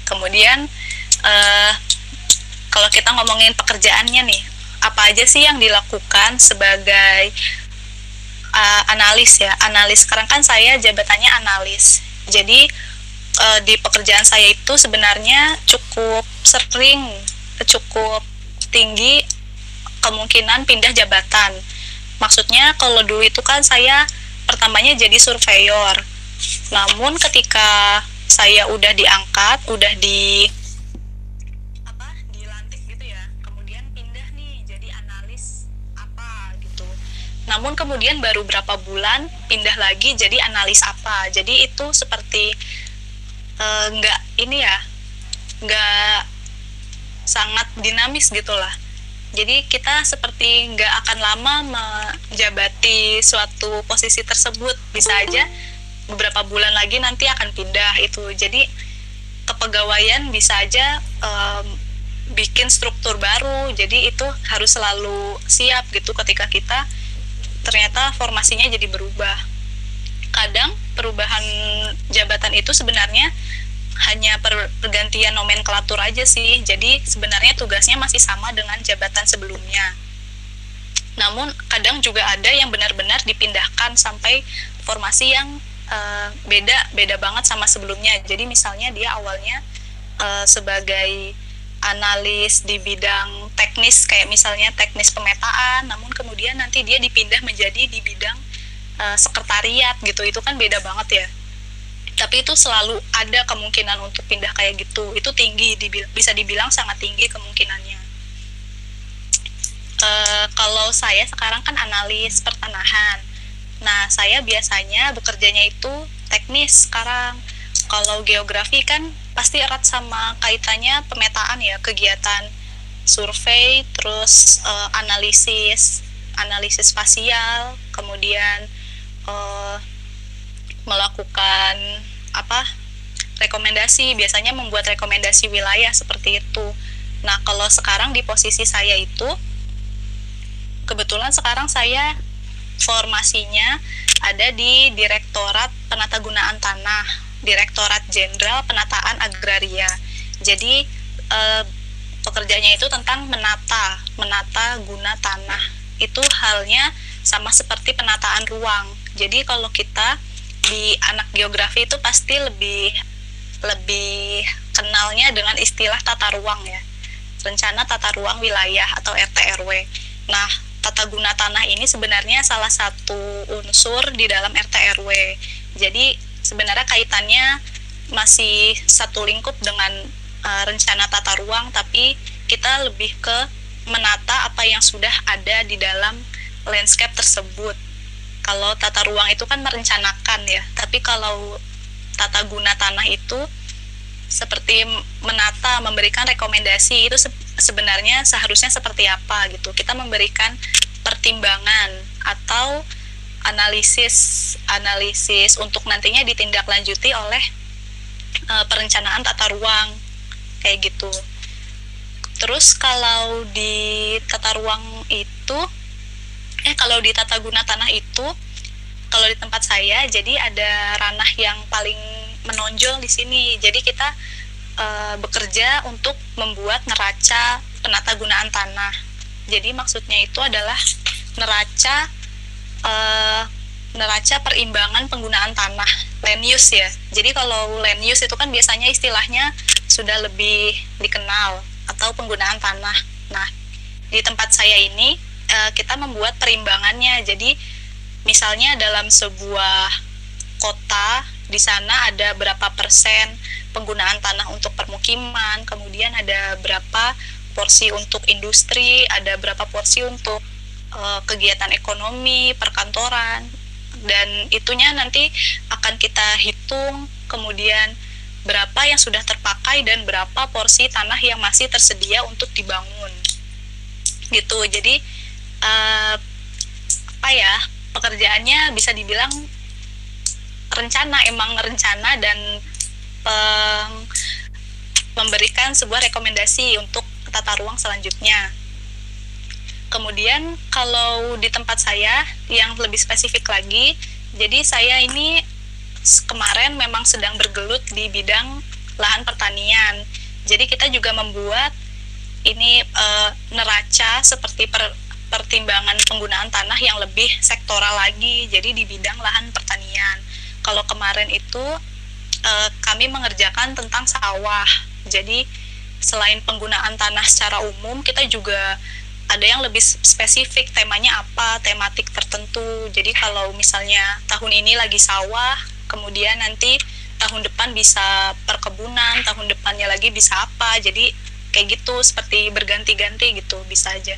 Kemudian uh, kalau kita ngomongin pekerjaannya nih, apa aja sih yang dilakukan sebagai uh, analis ya? Analis sekarang kan saya jabatannya analis. Jadi uh, di pekerjaan saya itu sebenarnya cukup sering, cukup tinggi kemungkinan pindah jabatan. Maksudnya kalau dulu itu kan saya pertamanya jadi surveyor. Namun ketika saya udah diangkat, udah di apa? dilantik gitu ya. Kemudian pindah nih jadi analis apa gitu. Namun kemudian baru berapa bulan pindah lagi jadi analis apa. Jadi itu seperti uh, nggak ini ya, nggak sangat dinamis gitulah. Jadi kita seperti nggak akan lama menjabati suatu posisi tersebut, bisa aja beberapa bulan lagi nanti akan pindah itu. Jadi kepegawaian bisa aja um, bikin struktur baru, jadi itu harus selalu siap gitu ketika kita ternyata formasinya jadi berubah. Kadang perubahan jabatan itu sebenarnya hanya pergantian nomenklatur aja sih, jadi sebenarnya tugasnya masih sama dengan jabatan sebelumnya. Namun kadang juga ada yang benar-benar dipindahkan sampai formasi yang uh, beda beda banget sama sebelumnya. Jadi misalnya dia awalnya uh, sebagai analis di bidang teknis, kayak misalnya teknis pemetaan, namun kemudian nanti dia dipindah menjadi di bidang uh, sekretariat gitu. Itu kan beda banget ya. Tapi itu selalu ada kemungkinan untuk pindah kayak gitu. Itu tinggi, bisa dibilang sangat tinggi kemungkinannya. E, kalau saya sekarang kan analis pertanahan. Nah, saya biasanya bekerjanya itu teknis sekarang. Kalau geografi kan pasti erat sama kaitannya pemetaan ya, kegiatan survei, terus e, analisis, analisis spasial, kemudian e, melakukan apa rekomendasi, biasanya membuat rekomendasi wilayah seperti itu. Nah, kalau sekarang di posisi saya itu kebetulan sekarang saya formasinya ada di Direktorat Penatagunaan Tanah, Direktorat Jenderal Penataan Agraria. Jadi eh, pekerjaannya itu tentang menata, menata guna tanah. Itu halnya sama seperti penataan ruang. Jadi kalau kita di anak geografi itu pasti lebih lebih kenalnya dengan istilah tata ruang ya, rencana tata ruang wilayah atau R T R W. Nah, tata guna tanah ini sebenarnya salah satu unsur di dalam R T R W. Jadi sebenarnya kaitannya masih satu lingkup dengan uh, rencana tata ruang, tapi kita lebih ke menata apa yang sudah ada di dalam landscape tersebut. Kalau tata ruang itu kan merencanakan ya, tapi kalau tata guna tanah itu seperti menata, memberikan rekomendasi. Itu se- sebenarnya seharusnya seperti apa gitu. Kita memberikan pertimbangan atau analisis analisis untuk nantinya ditindaklanjuti oleh e, perencanaan tata ruang kayak gitu. Terus kalau di tata ruang itu eh kalau di tata guna tanah itu, kalau di tempat saya jadi ada ranah yang paling menonjol di sini. Jadi kita e, bekerja untuk membuat neraca penatagunaan tanah. Jadi maksudnya itu adalah neraca e, neraca perimbangan penggunaan tanah, land use ya. Jadi kalau land use itu kan biasanya istilahnya sudah lebih dikenal, atau penggunaan tanah. Nah, di tempat saya ini kita membuat perimbangannya. Jadi misalnya dalam sebuah kota, di sana ada berapa persen penggunaan tanah untuk permukiman, kemudian ada berapa porsi untuk industri, ada berapa porsi untuk uh, kegiatan ekonomi, perkantoran, dan itunya nanti akan kita hitung, kemudian berapa yang sudah terpakai dan berapa porsi tanah yang masih tersedia untuk dibangun gitu. Jadi Uh, apa ya, pekerjaannya bisa dibilang rencana, emang rencana dan peng, memberikan sebuah rekomendasi untuk tata ruang selanjutnya. Kemudian kalau di tempat saya yang lebih spesifik lagi, jadi saya ini kemarin memang sedang bergelut di bidang lahan pertanian. Jadi kita juga membuat ini uh, neraca seperti per, pertimbangan penggunaan tanah yang lebih sektoral lagi, jadi di bidang lahan pertanian. Kalau kemarin itu uh, kami mengerjakan tentang sawah, jadi selain penggunaan tanah secara umum, kita juga ada yang lebih spesifik, temanya apa, tematik tertentu. Jadi kalau misalnya tahun ini lagi sawah, kemudian nanti tahun depan bisa perkebunan, tahun depannya lagi bisa apa. Jadi kayak gitu, seperti berganti-ganti gitu, bisa aja.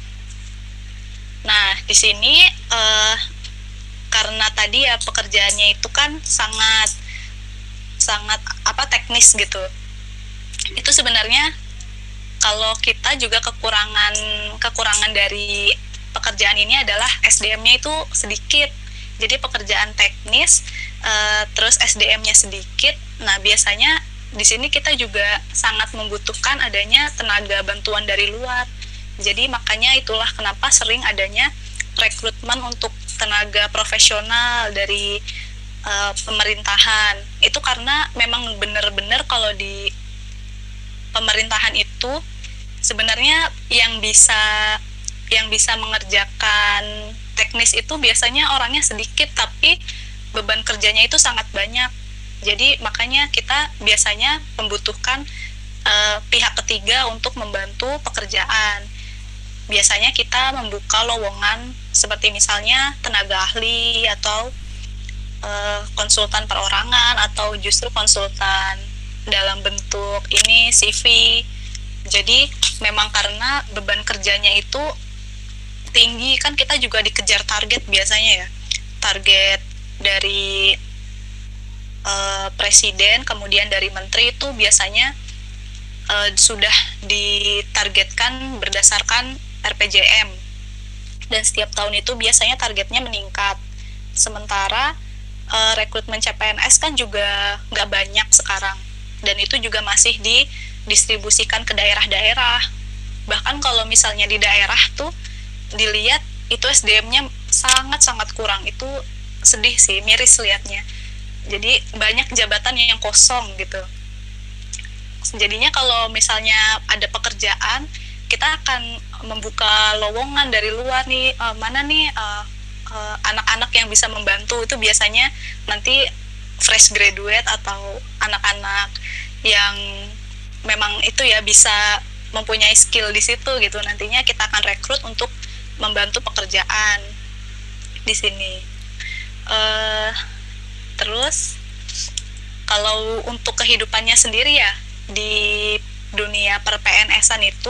Nah, di sini eh, karena tadi ya pekerjaannya itu kan sangat sangat apa teknis gitu. Itu sebenarnya kalau kita juga kekurangan kekurangan dari pekerjaan ini adalah S D M-nya itu sedikit. Jadi pekerjaan teknis uh, terus S D M-nya sedikit. Nah, biasanya di sini kita juga sangat membutuhkan adanya tenaga bantuan dari luar. Jadi makanya itulah kenapa sering adanya rekrutmen untuk tenaga profesional dari uh, pemerintahan. Itu karena memang benar-benar kalau di pemerintahan itu sebenarnya yang bisa yang bisa mengerjakan teknis itu biasanya orangnya sedikit, tapi beban kerjanya itu sangat banyak. Jadi makanya kita biasanya membutuhkan uh, pihak ketiga untuk membantu pekerjaan. Biasanya kita membuka lowongan seperti misalnya tenaga ahli atau uh, konsultan perorangan atau justru konsultan dalam bentuk ini C V. Jadi memang karena beban kerjanya itu tinggi, kan kita juga dikejar target biasanya ya. Target dari uh, presiden, kemudian dari menteri itu biasanya uh, sudah ditargetkan berdasarkan R P J M. Dan setiap tahun itu biasanya targetnya meningkat. Sementara uh, rekrutmen C P N S kan juga nggak banyak sekarang. Dan itu juga masih didistribusikan ke daerah-daerah. Bahkan kalau misalnya di daerah tuh dilihat itu S D M-nya sangat-sangat kurang. Itu sedih sih, miris lihatnya. Jadi banyak jabatan yang kosong gitu. Jadinya kalau misalnya ada pekerjaan, kita akan membuka lowongan dari luar nih, uh, mana nih uh, uh, anak-anak yang bisa membantu. Itu biasanya nanti fresh graduate atau anak-anak yang memang itu ya bisa mempunyai skill di situ gitu. Nantinya kita akan rekrut untuk membantu pekerjaan di sini. Uh, terus kalau untuk kehidupannya sendiri ya di dunia per P N S-an itu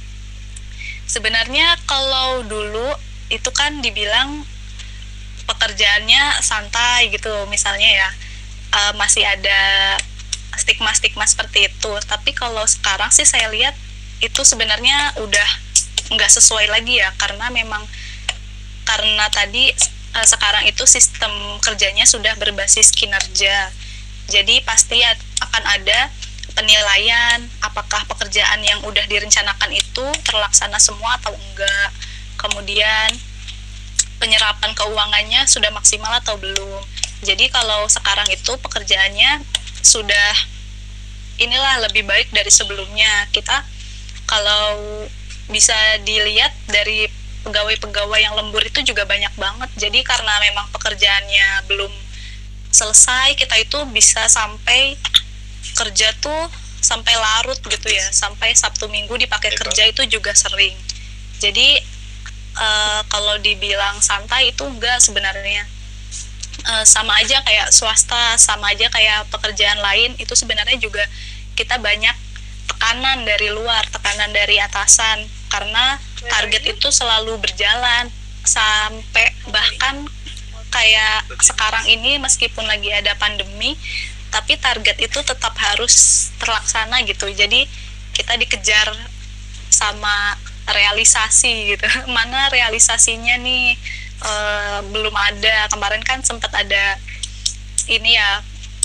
sebenarnya kalau dulu itu kan dibilang pekerjaannya santai gitu misalnya ya, uh, masih ada stigma-stigma seperti itu. Tapi kalau sekarang sih saya lihat itu sebenarnya udah nggak sesuai lagi ya, karena memang karena tadi uh, sekarang itu sistem kerjanya sudah berbasis kinerja. Jadi pasti akan ada penilaian apakah pekerjaan yang udah direncanakan itu terlaksana semua atau enggak. Kemudian penyerapan keuangannya sudah maksimal atau belum. Jadi kalau sekarang itu pekerjaannya sudah inilah lebih baik dari sebelumnya. Kita kalau bisa dilihat dari pegawai-pegawai yang lembur itu juga banyak banget. Jadi karena memang pekerjaannya belum selesai, kita itu bisa sampai kerja tuh sampai larut gitu ya, sampai Sabtu Minggu dipakai kerja itu juga sering. Jadi uh, kalau dibilang santai itu enggak sebenarnya. Uh, sama aja kayak swasta, sama aja kayak pekerjaan lain, itu sebenarnya juga kita banyak tekanan dari luar, tekanan dari atasan, karena target itu selalu berjalan sampai bahkan kayak sekarang ini meskipun lagi ada pandemi, tapi target itu tetap harus terlaksana gitu. Jadi kita dikejar sama realisasi gitu. Mana realisasinya nih? Uh, belum ada. Kemarin kan sempat ada ini ya,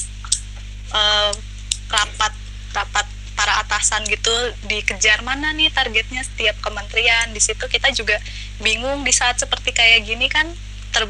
uh, rapat rapat para atasan gitu, dikejar mana nih targetnya setiap kementerian. Di situ kita juga bingung di saat seperti kayak gini kan,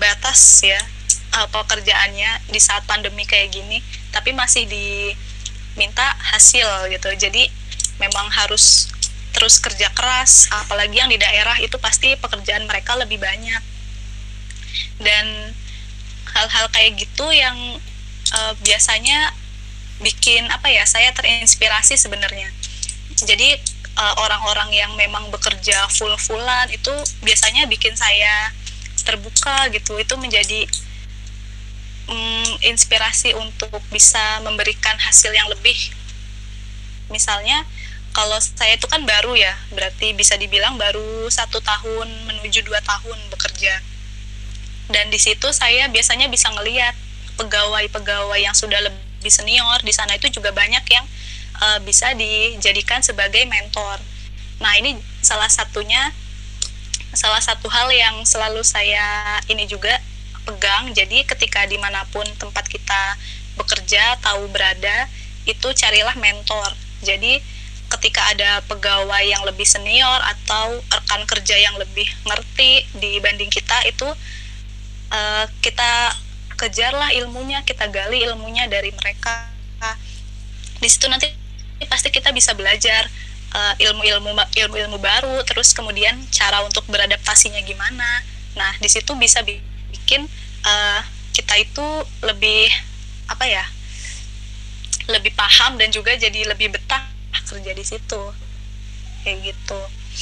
terbatas ya uh, pekerjaannya di saat pandemi kayak gini, tapi masih di minta hasil gitu. Jadi memang harus terus kerja keras, apalagi yang di daerah itu pasti pekerjaan mereka lebih banyak. Dan hal-hal kayak gitu yang uh, biasanya bikin apa ya, saya terinspirasi sebenarnya. Jadi uh, orang-orang yang memang bekerja full-fullan itu biasanya bikin saya terbuka gitu. Itu menjadi um, inspirasi untuk bisa memberikan hasil yang lebih. Misalnya kalau saya itu kan baru ya, berarti bisa dibilang baru satu tahun menuju dua tahun bekerja. Dan di situ saya biasanya bisa ngelihat pegawai-pegawai yang sudah lebih senior di sana itu juga banyak yang uh, bisa dijadikan sebagai mentor. Nah ini salah satunya, salah satu hal yang selalu saya ini juga pegang. Jadi ketika dimanapun tempat kita bekerja, tahu berada, itu carilah mentor. Jadi ketika ada pegawai yang lebih senior atau rekan kerja yang lebih ngerti dibanding kita, itu uh, kita kejarlah ilmunya, kita gali ilmunya dari mereka. Di situ nanti pasti kita bisa belajar uh, ilmu-ilmu ilmu-ilmu baru, terus kemudian cara untuk beradaptasinya gimana. Nah di situ bisa bikin uh, kita itu lebih apa ya, lebih paham dan juga jadi lebih betah kerja di situ kayak gitu.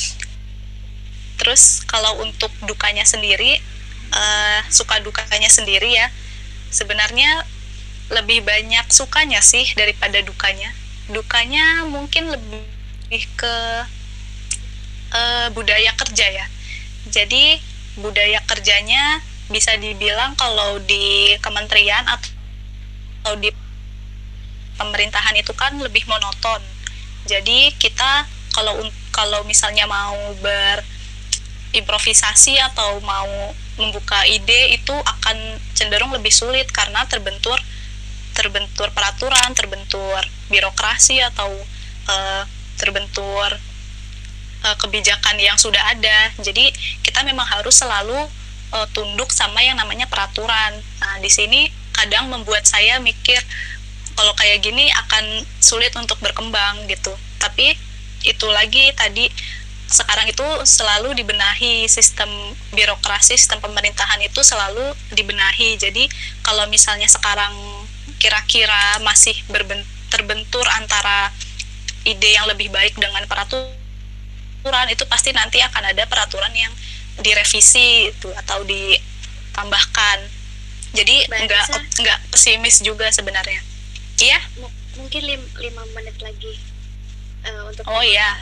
Terus kalau untuk dukanya sendiri, uh, suka dukanya sendiri ya, sebenarnya lebih banyak sukanya sih daripada dukanya. Dukanya mungkin lebih ke uh, budaya kerja ya. Jadi budaya kerjanya bisa dibilang kalau di kementerian atau di pemerintahan itu kan lebih monoton. Jadi kita kalau kalau misalnya mau berimprovisasi atau mau membuka ide itu akan cenderung lebih sulit karena terbentur terbentur peraturan, terbentur birokrasi atau uh, terbentur uh, kebijakan yang sudah ada. Jadi kita memang harus selalu uh, tunduk sama yang namanya peraturan. Nah, di sini kadang membuat saya mikir kalau kayak gini akan sulit untuk berkembang gitu. Tapi itu lagi tadi, sekarang itu selalu dibenahi sistem birokrasi, sistem pemerintahan itu selalu dibenahi. Jadi kalau misalnya sekarang kira-kira masih berben- terbentur antara ide yang lebih baik dengan peraturan, itu pasti nanti akan ada peraturan yang direvisi itu atau ditambahkan. Jadi enggak enggak pesimis juga sebenarnya. Iya? M- mungkin lim- lima menit lagi uh, untuk oh iya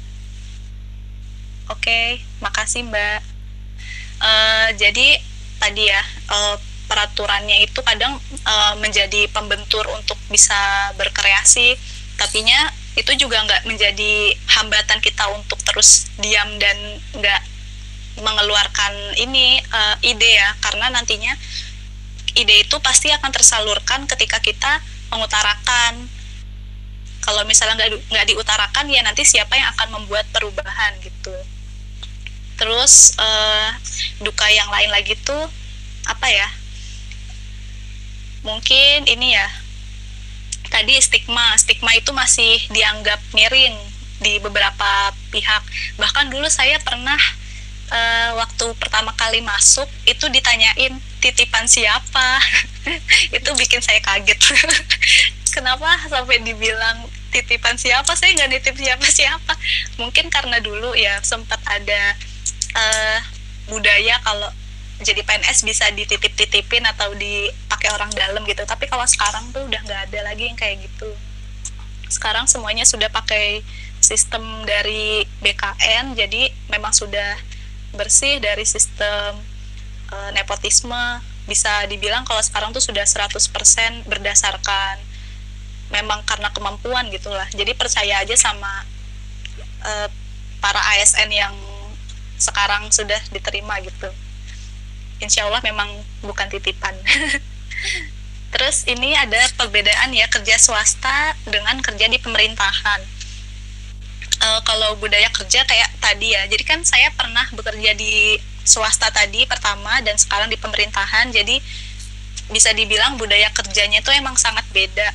oke okay, makasih Mbak. Uh, jadi tadi ya, uh, peraturannya itu kadang uh, menjadi pembentur untuk bisa berkreasi, tapinya itu juga nggak menjadi hambatan kita untuk terus diam dan nggak mengeluarkan ini uh, ide ya, karena nantinya ide itu pasti akan tersalurkan ketika kita mengutarakan. Kalau misalnya nggak nggak diutarakan ya nanti siapa yang akan membuat perubahan gitu. Terus uh, duka yang lain lagi tuh apa ya? Mungkin ini ya. Tadi stigma, stigma itu masih dianggap miring di beberapa pihak. Bahkan dulu saya pernah uh, waktu pertama kali masuk itu ditanyain titipan siapa. Itu bikin saya kaget. Kenapa sampai dibilang titipan siapa? Saya nggak nitip siapa-siapa. Mungkin karena dulu ya sempat ada uh, budaya kalau jadi P N S bisa dititip-titipin atau dipakai orang dalam gitu. Tapi kalau sekarang tuh udah nggak ada lagi yang kayak gitu. Sekarang semuanya sudah pakai sistem dari B K N, jadi memang sudah bersih dari sistem uh, nepotisme. Bisa dibilang kalau sekarang tuh sudah seratus persen berdasarkan memang karena kemampuan gitulah. Jadi percaya aja sama uh, para A S N yang sekarang sudah diterima gitu. Insya Allah memang bukan titipan. Terus ini ada perbedaan ya kerja swasta dengan kerja di pemerintahan. Uh, kalau budaya kerja kayak tadi ya, jadi kan saya pernah bekerja di swasta tadi pertama dan sekarang di pemerintahan, jadi bisa dibilang budaya kerjanya itu emang sangat beda.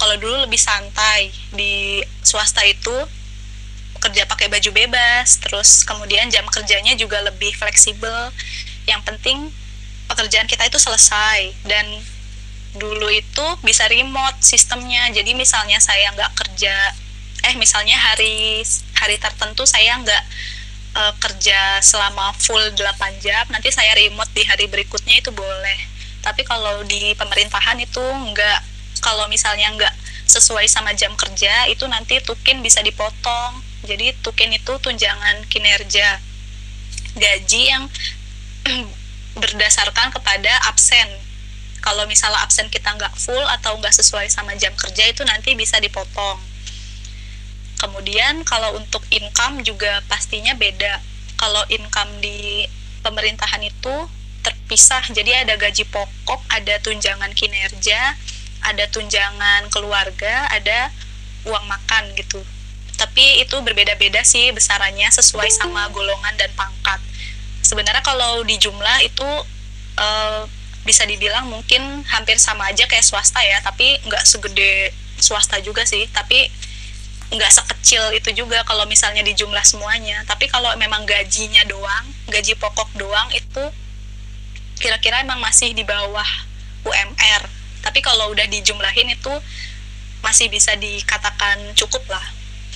Kalau dulu lebih santai, di swasta itu kerja pakai baju bebas, terus kemudian jam kerjanya juga lebih fleksibel. Yang penting pekerjaan kita itu selesai, dan dulu itu bisa remote sistemnya. Jadi misalnya saya nggak kerja, eh misalnya hari hari tertentu saya nggak uh, kerja selama full delapan jam, nanti saya remote di hari berikutnya itu boleh. Tapi kalau di pemerintahan itu nggak, kalau misalnya nggak sesuai sama jam kerja itu nanti tukin bisa dipotong. Jadi tukin itu tunjangan kinerja, gaji yang berdasarkan kepada absen. Kalau misalnya absen kita nggak full atau nggak sesuai sama jam kerja itu nanti bisa dipotong. Kemudian kalau untuk income juga pastinya beda. Kalau income di pemerintahan itu terpisah, jadi ada gaji pokok, ada tunjangan kinerja, ada tunjangan keluarga, ada uang makan gitu. Tapi itu berbeda-beda sih besarannya sesuai sama golongan dan pangkat. Sebenarnya kalau di jumlah itu uh, bisa dibilang mungkin hampir sama aja kayak swasta ya, tapi nggak segede swasta juga sih, tapi nggak sekecil itu juga kalau misalnya di jumlah semuanya. Tapi kalau memang gajinya doang, gaji pokok doang itu kira-kira emang masih di bawah U M R. Tapi kalau udah dijumlahin itu masih bisa dikatakan cukup lah.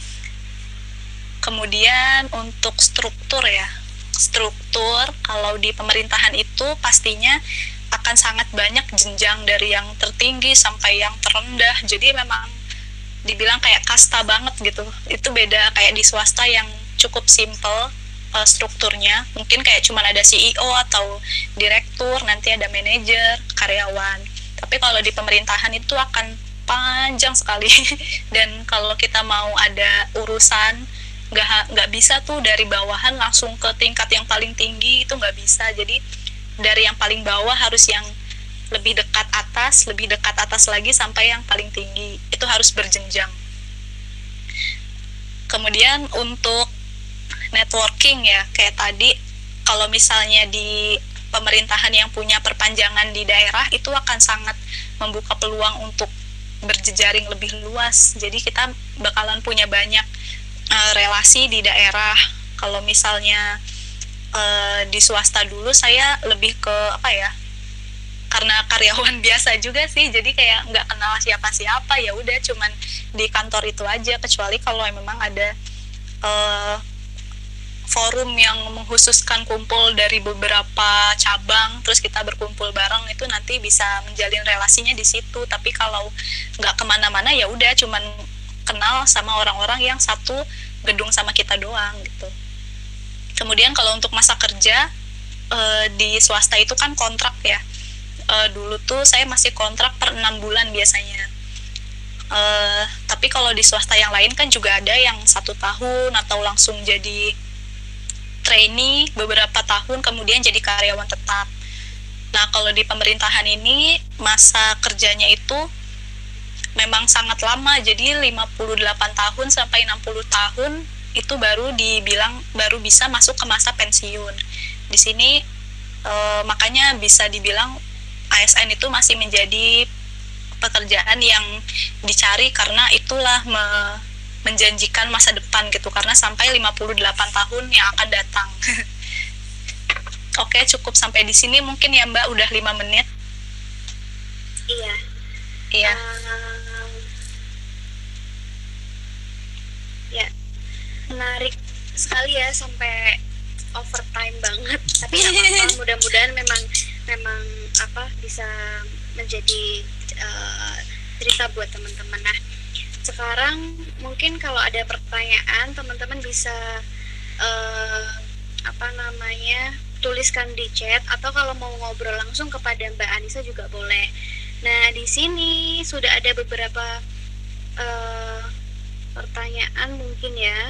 Kemudian untuk struktur ya, struktur kalau di pemerintahan itu pastinya akan sangat banyak jenjang dari yang tertinggi sampai yang terendah. Jadi memang dibilang kayak kasta banget gitu. Itu beda kayak di swasta yang cukup simple uh, strukturnya. Mungkin kayak cuma ada C E O atau direktur, nanti ada manajer, karyawan. Tapi kalau di pemerintahan itu akan panjang sekali. Dan kalau kita mau ada urusan, nggak nggak bisa tuh dari bawahan langsung ke tingkat yang paling tinggi, itu nggak bisa. Jadi dari yang paling bawah harus yang lebih dekat atas, lebih dekat atas lagi sampai yang paling tinggi. Itu harus berjenjang. Kemudian untuk networking ya, kayak tadi kalau misalnya di pemerintahan yang punya perpanjangan di daerah itu akan sangat membuka peluang untuk berjejaring lebih luas. Jadi kita bakalan punya banyak uh, relasi di daerah. Kalau misalnya uh, di swasta dulu saya lebih ke apa ya? Karena karyawan biasa juga sih, jadi kayak nggak kenal siapa-siapa, ya udah cuman di kantor itu aja. Kecuali kalau memang ada uh, forum yang mengkhususkan kumpul dari beberapa cabang, terus kita berkumpul bareng, itu nanti bisa menjalin relasinya di situ. Tapi kalau nggak kemana-mana ya udah cuman kenal sama orang-orang yang satu gedung sama kita doang gitu. Kemudian kalau untuk masa kerja uh, di swasta itu kan kontrak ya. Uh, dulu tuh saya masih kontrak per enam bulan biasanya. Uh, tapi kalau di swasta yang lain kan juga ada yang satu tahun atau langsung jadi trainee beberapa tahun kemudian jadi karyawan tetap. Nah kalau di pemerintahan ini masa kerjanya itu memang sangat lama, jadi lima puluh delapan tahun sampai enam puluh tahun itu baru dibilang baru bisa masuk ke masa pensiun. Di sini uh, makanya bisa dibilang A S N itu masih menjadi pekerjaan yang dicari karena itulah me- menjanjikan masa depan gitu, karena sampai lima puluh delapan tahun yang akan datang. Oke, cukup sampai di sini mungkin ya Mbak, udah lima menit. Iya. Iya. Um, ya, menarik sekali ya, sampai overtime banget. Tapi nggak apa-apa, mudah-mudahan memang memang apa bisa menjadi uh, cerita buat teman-teman. Nah, sekarang mungkin kalau ada pertanyaan teman-teman bisa uh, apa namanya tuliskan di chat, atau kalau mau ngobrol langsung kepada Mbak Anissa juga boleh. Nah di sini sudah ada beberapa uh, pertanyaan mungkin ya.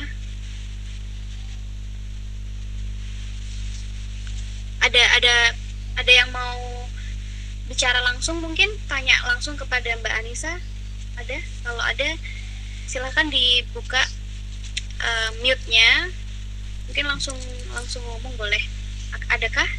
Ada ada ada yang mau bicara langsung, mungkin tanya langsung kepada Mbak Anissa. Ada? Kalau ada silakan dibuka uh, mute-nya, mungkin langsung langsung ngomong boleh. Adakah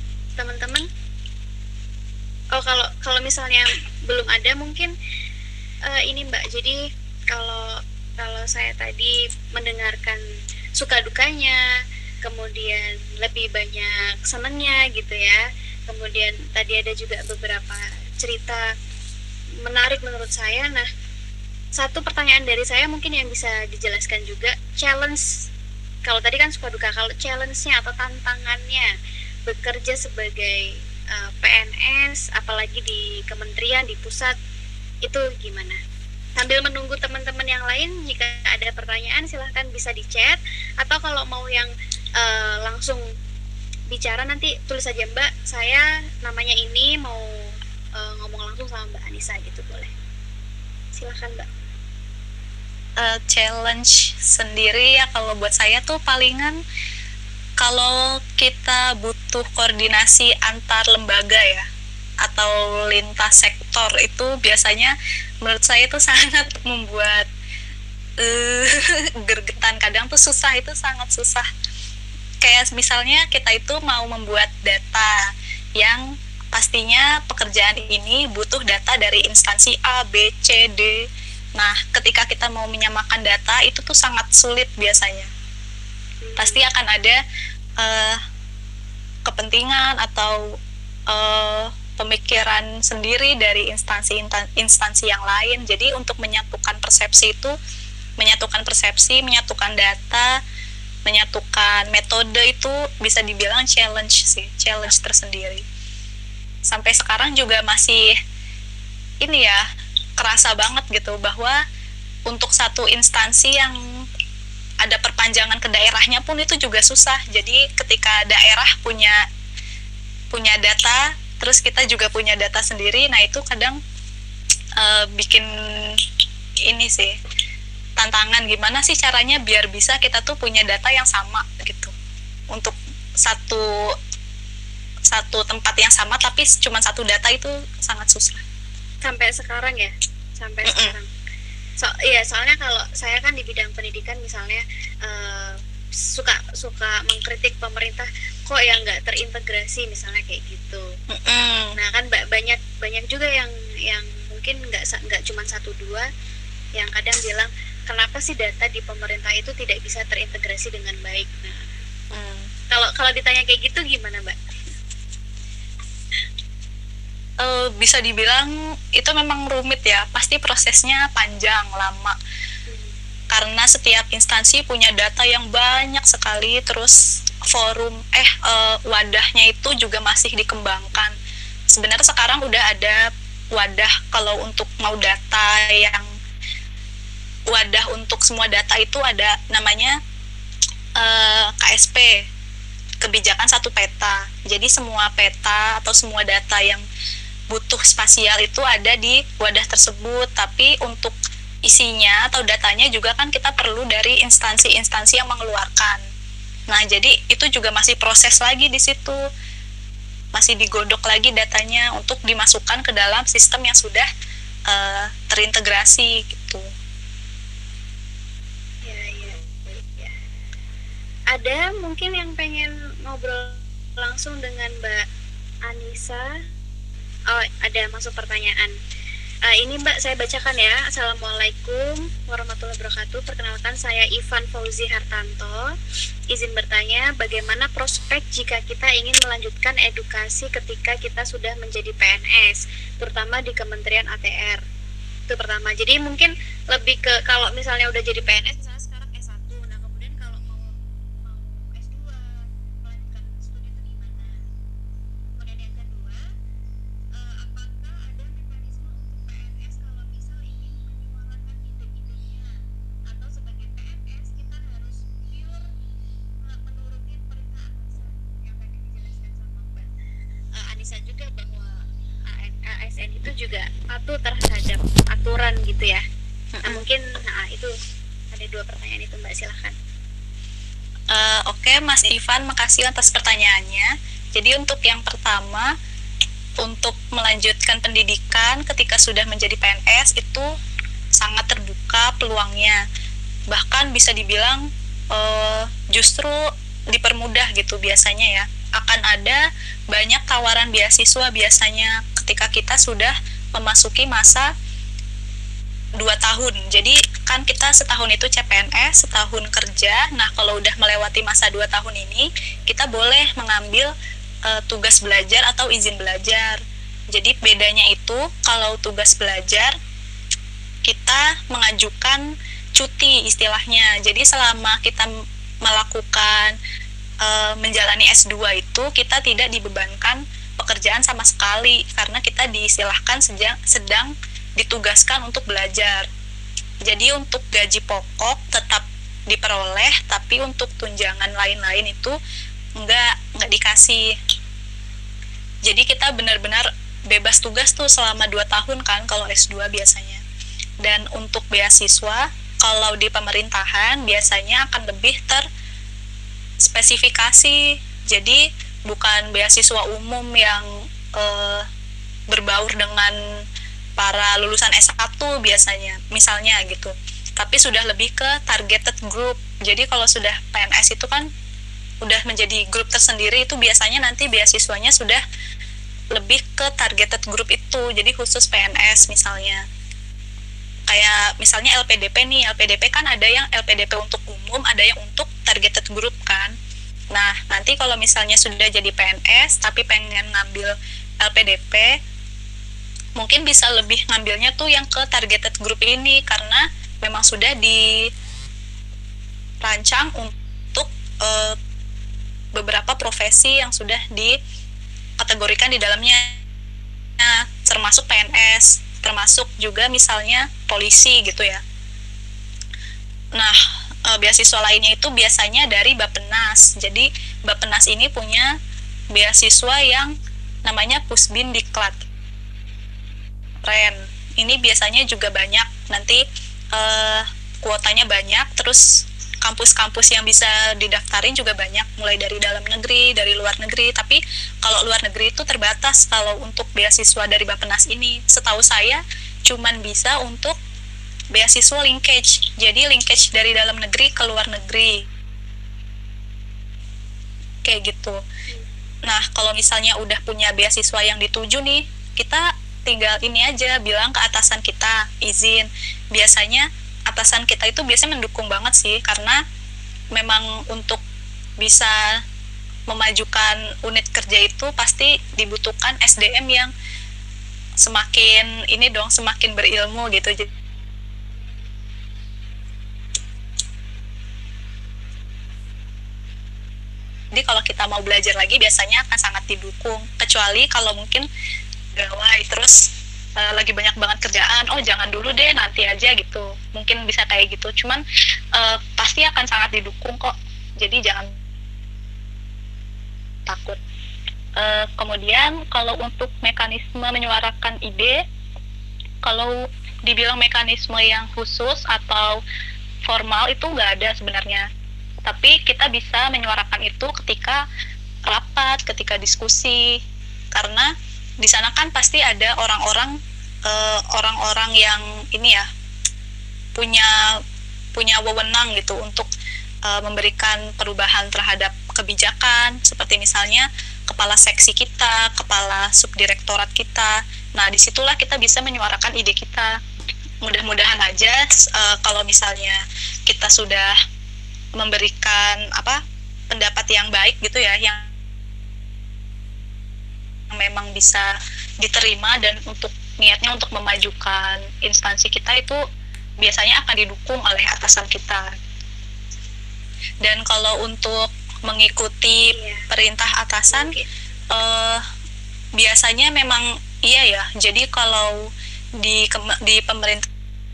teman-teman? Oh kalau kalau misalnya belum ada, mungkin uh, ini Mbak, jadi kalau kalau saya tadi mendengarkan suka dukanya, kemudian lebih banyak senangnya gitu ya. Kemudian tadi ada juga beberapa cerita menarik menurut saya. Nah, satu pertanyaan dari saya mungkin yang bisa dijelaskan juga, challenge, kalau tadi kan suka duka, kalau challenge-nya atau tantangannya bekerja sebagai uh, P N S apalagi di kementerian, di pusat, itu gimana? Sambil menunggu teman-teman yang lain, jika ada pertanyaan silahkan bisa di chat, atau kalau mau yang uh, langsung bicara nanti tulis saja, Mbak, saya namanya ini mau uh, ngomong langsung sama Mbak Anissa gitu, boleh. Silahkan Mbak. Uh, challenge sendiri ya kalau buat saya tuh palingan kalau kita butuh koordinasi antar lembaga ya atau lintas sektor, itu biasanya menurut saya itu sangat membuat uh, gergetan, kadang tuh susah, itu sangat susah. Kayak misalnya kita itu mau membuat data yang pastinya pekerjaan ini butuh data dari instansi A, B, C, D. Nah, ketika kita mau menyamakan data itu tuh sangat sulit biasanya. Pasti akan ada uh, kepentingan atau uh, pemikiran sendiri dari instansi-instansi yang lain. Jadi untuk menyatukan persepsi itu, menyatukan persepsi, menyatukan data, menyatukan metode itu bisa dibilang challenge sih, challenge tersendiri. Sampai sekarang juga masih ini ya, kerasa banget gitu bahwa untuk satu instansi yang ada perpanjangan ke daerahnya pun itu juga susah. Jadi ketika daerah punya punya data, terus kita juga punya data sendiri, nah itu kadang uh, bikin ini sih, tantangan gimana sih caranya biar bisa kita tuh punya data yang sama gitu untuk satu satu tempat yang sama tapi cuma satu data, itu sangat susah sampai sekarang ya, sampai Mm-mm. sekarang. So iya, soalnya kalau saya kan di bidang pendidikan misalnya uh, suka suka mengkritik pemerintah kok yang nggak terintegrasi misalnya kayak gitu. Mm-mm. Nah kan banyak banyak juga yang yang mungkin nggak nggak cuma satu dua yang kadang bilang kenapa sih data di pemerintah itu tidak bisa terintegrasi dengan baik. Nah mm. kalau kalau ditanya kayak gitu gimana Mbak? Uh, bisa dibilang itu memang rumit ya, pasti prosesnya panjang, lama. Hmm. Karena setiap instansi punya data yang banyak sekali, terus forum, eh uh, wadahnya itu juga masih dikembangkan. Sebenarnya sekarang udah ada wadah kalau untuk mau data yang, wadah untuk semua data itu ada namanya uh, K S P, kebijakan satu peta. Jadi semua peta atau semua data yang butuh spasial itu ada di wadah tersebut, tapi untuk isinya atau datanya juga kan kita perlu dari instansi-instansi yang mengeluarkan. Nah, jadi itu juga masih proses lagi di situ. Masih digodok lagi datanya untuk dimasukkan ke dalam sistem yang sudah uh, terintegrasi gitu. Ya, ya, ya. Ada mungkin yang pengen ngobrol langsung dengan Mbak Anissa? Oh, ada masuk pertanyaan. Uh, ini Mbak, saya bacakan ya. Assalamualaikum warahmatullahi wabarakatuh. Perkenalkan, saya Ivan Fauzi Hartanto. Izin bertanya, bagaimana prospek jika kita ingin melanjutkan edukasi ketika kita sudah menjadi P N S, terutama di Kementerian A T R? Itu pertama. Jadi mungkin lebih ke kalau misalnya udah jadi P N S, misalnya sekarang S satu, nah kemudian kalau mau mau S dua, melanjutkan studi itu gimana? Kemudian yang kedua, apakah ada mekanisme untuk P N S kalau misal ingin menyuarakan ide-idenya, atau sebagai P N S kita harus pure menuruti perintah atasan? Yang tadi dijelaskan sama Mbak uh, Anissa juga bahwa A S N itu juga patuh terhadap aturan gitu ya. Nah mungkin nah, itu ada dua pertanyaan itu Mbak, silahkan. Uh, Oke okay, Mas Ivan, makasih atas pertanyaannya. Jadi untuk yang pertama, untuk melanjutkan pendidikan ketika sudah menjadi P N S itu sangat terbuka peluangnya. Bahkan bisa dibilang uh, justru dipermudah gitu biasanya ya. Akan ada banyak tawaran beasiswa biasanya ketika kita sudah memasuki masa dua tahun. Jadi kan kita setahun itu C P N S, setahun kerja. Nah, kalau udah melewati masa dua tahun ini, kita boleh mengambil uh, tugas belajar atau izin belajar. Jadi bedanya itu kalau tugas belajar kita mengajukan cuti istilahnya. Jadi selama kita melakukan uh, menjalani S dua itu kita tidak dibebankan pekerjaan sama sekali karena kita diistilahkan sedang, sedang ditugaskan untuk belajar. Jadi untuk gaji pokok tetap diperoleh, tapi untuk tunjangan lain-lain itu enggak enggak dikasih. Jadi kita benar-benar bebas tugas tuh selama dua tahun kan kalau S dua biasanya. Dan untuk beasiswa kalau di pemerintahan biasanya akan lebih terspesifikasi. Jadi bukan beasiswa umum yang eh, berbaur dengan para lulusan S satu biasanya, misalnya gitu. Tapi sudah lebih ke targeted group. Jadi kalau sudah P N S itu kan udah menjadi grup tersendiri, itu biasanya nanti beasiswanya sudah lebih ke targeted group itu. Jadi khusus P N S misalnya. Kayak misalnya L P D P nih, L P D P kan ada yang L P D P untuk umum, ada yang untuk targeted group kan. Nah, nanti kalau misalnya sudah jadi P N S tapi pengen ngambil L P D P, mungkin bisa lebih ngambilnya tuh yang ke targeted group ini karena memang sudah dirancang untuk uh, beberapa profesi yang sudah dikategorikan di dalamnya, nah, termasuk P N S, termasuk juga misalnya polisi gitu ya. Nah, e, beasiswa lainnya itu biasanya dari Bappenas. Jadi Bappenas ini punya beasiswa yang namanya Pusbindiklat. Keren. Ini biasanya juga banyak. Nanti e, kuotanya banyak. Terus kampus-kampus yang bisa didaftarin juga banyak. Mulai dari dalam negeri, dari luar negeri. Tapi kalau luar negeri itu terbatas kalau untuk beasiswa dari Bappenas ini. Setahu saya cuman bisa untuk beasiswa linkage, jadi linkage dari dalam negeri ke luar negeri, kayak gitu. Nah, kalau misalnya udah punya beasiswa yang dituju nih, kita tinggal ini aja, bilang ke atasan kita, izin. Biasanya atasan kita itu biasanya mendukung banget sih, karena memang untuk bisa memajukan unit kerja itu pasti dibutuhkan S D M yang semakin ini dong, semakin berilmu gitu. Jadi kalau kita mau belajar lagi biasanya akan sangat didukung, kecuali kalau mungkin gawai terus uh, lagi banyak banget kerjaan, oh jangan dulu deh nanti aja gitu, mungkin bisa kayak gitu. Cuman uh, pasti akan sangat didukung kok, jadi jangan takut. Uh, kemudian kalau untuk mekanisme menyuarakan ide, kalau dibilang mekanisme yang khusus atau formal itu nggak ada sebenarnya. Tapi kita bisa menyuarakan itu ketika rapat, ketika diskusi, karena di sana kan pasti ada orang-orang uh, orang-orang yang ini ya punya punya wewenang gitu untuk uh, memberikan perubahan terhadap kebijakan, seperti misalnya kepala seksi kita, kepala subdirektorat kita. Nah, disitulah kita bisa menyuarakan ide kita. Mudah-mudahan aja uh, kalau misalnya kita sudah memberikan apa pendapat yang baik gitu ya, yang memang bisa diterima dan untuk niatnya untuk memajukan instansi kita, itu biasanya akan didukung oleh atasan kita. Dan kalau untuk mengikuti perintah atasan, uh, biasanya memang iya ya. Jadi kalau di di pemerintah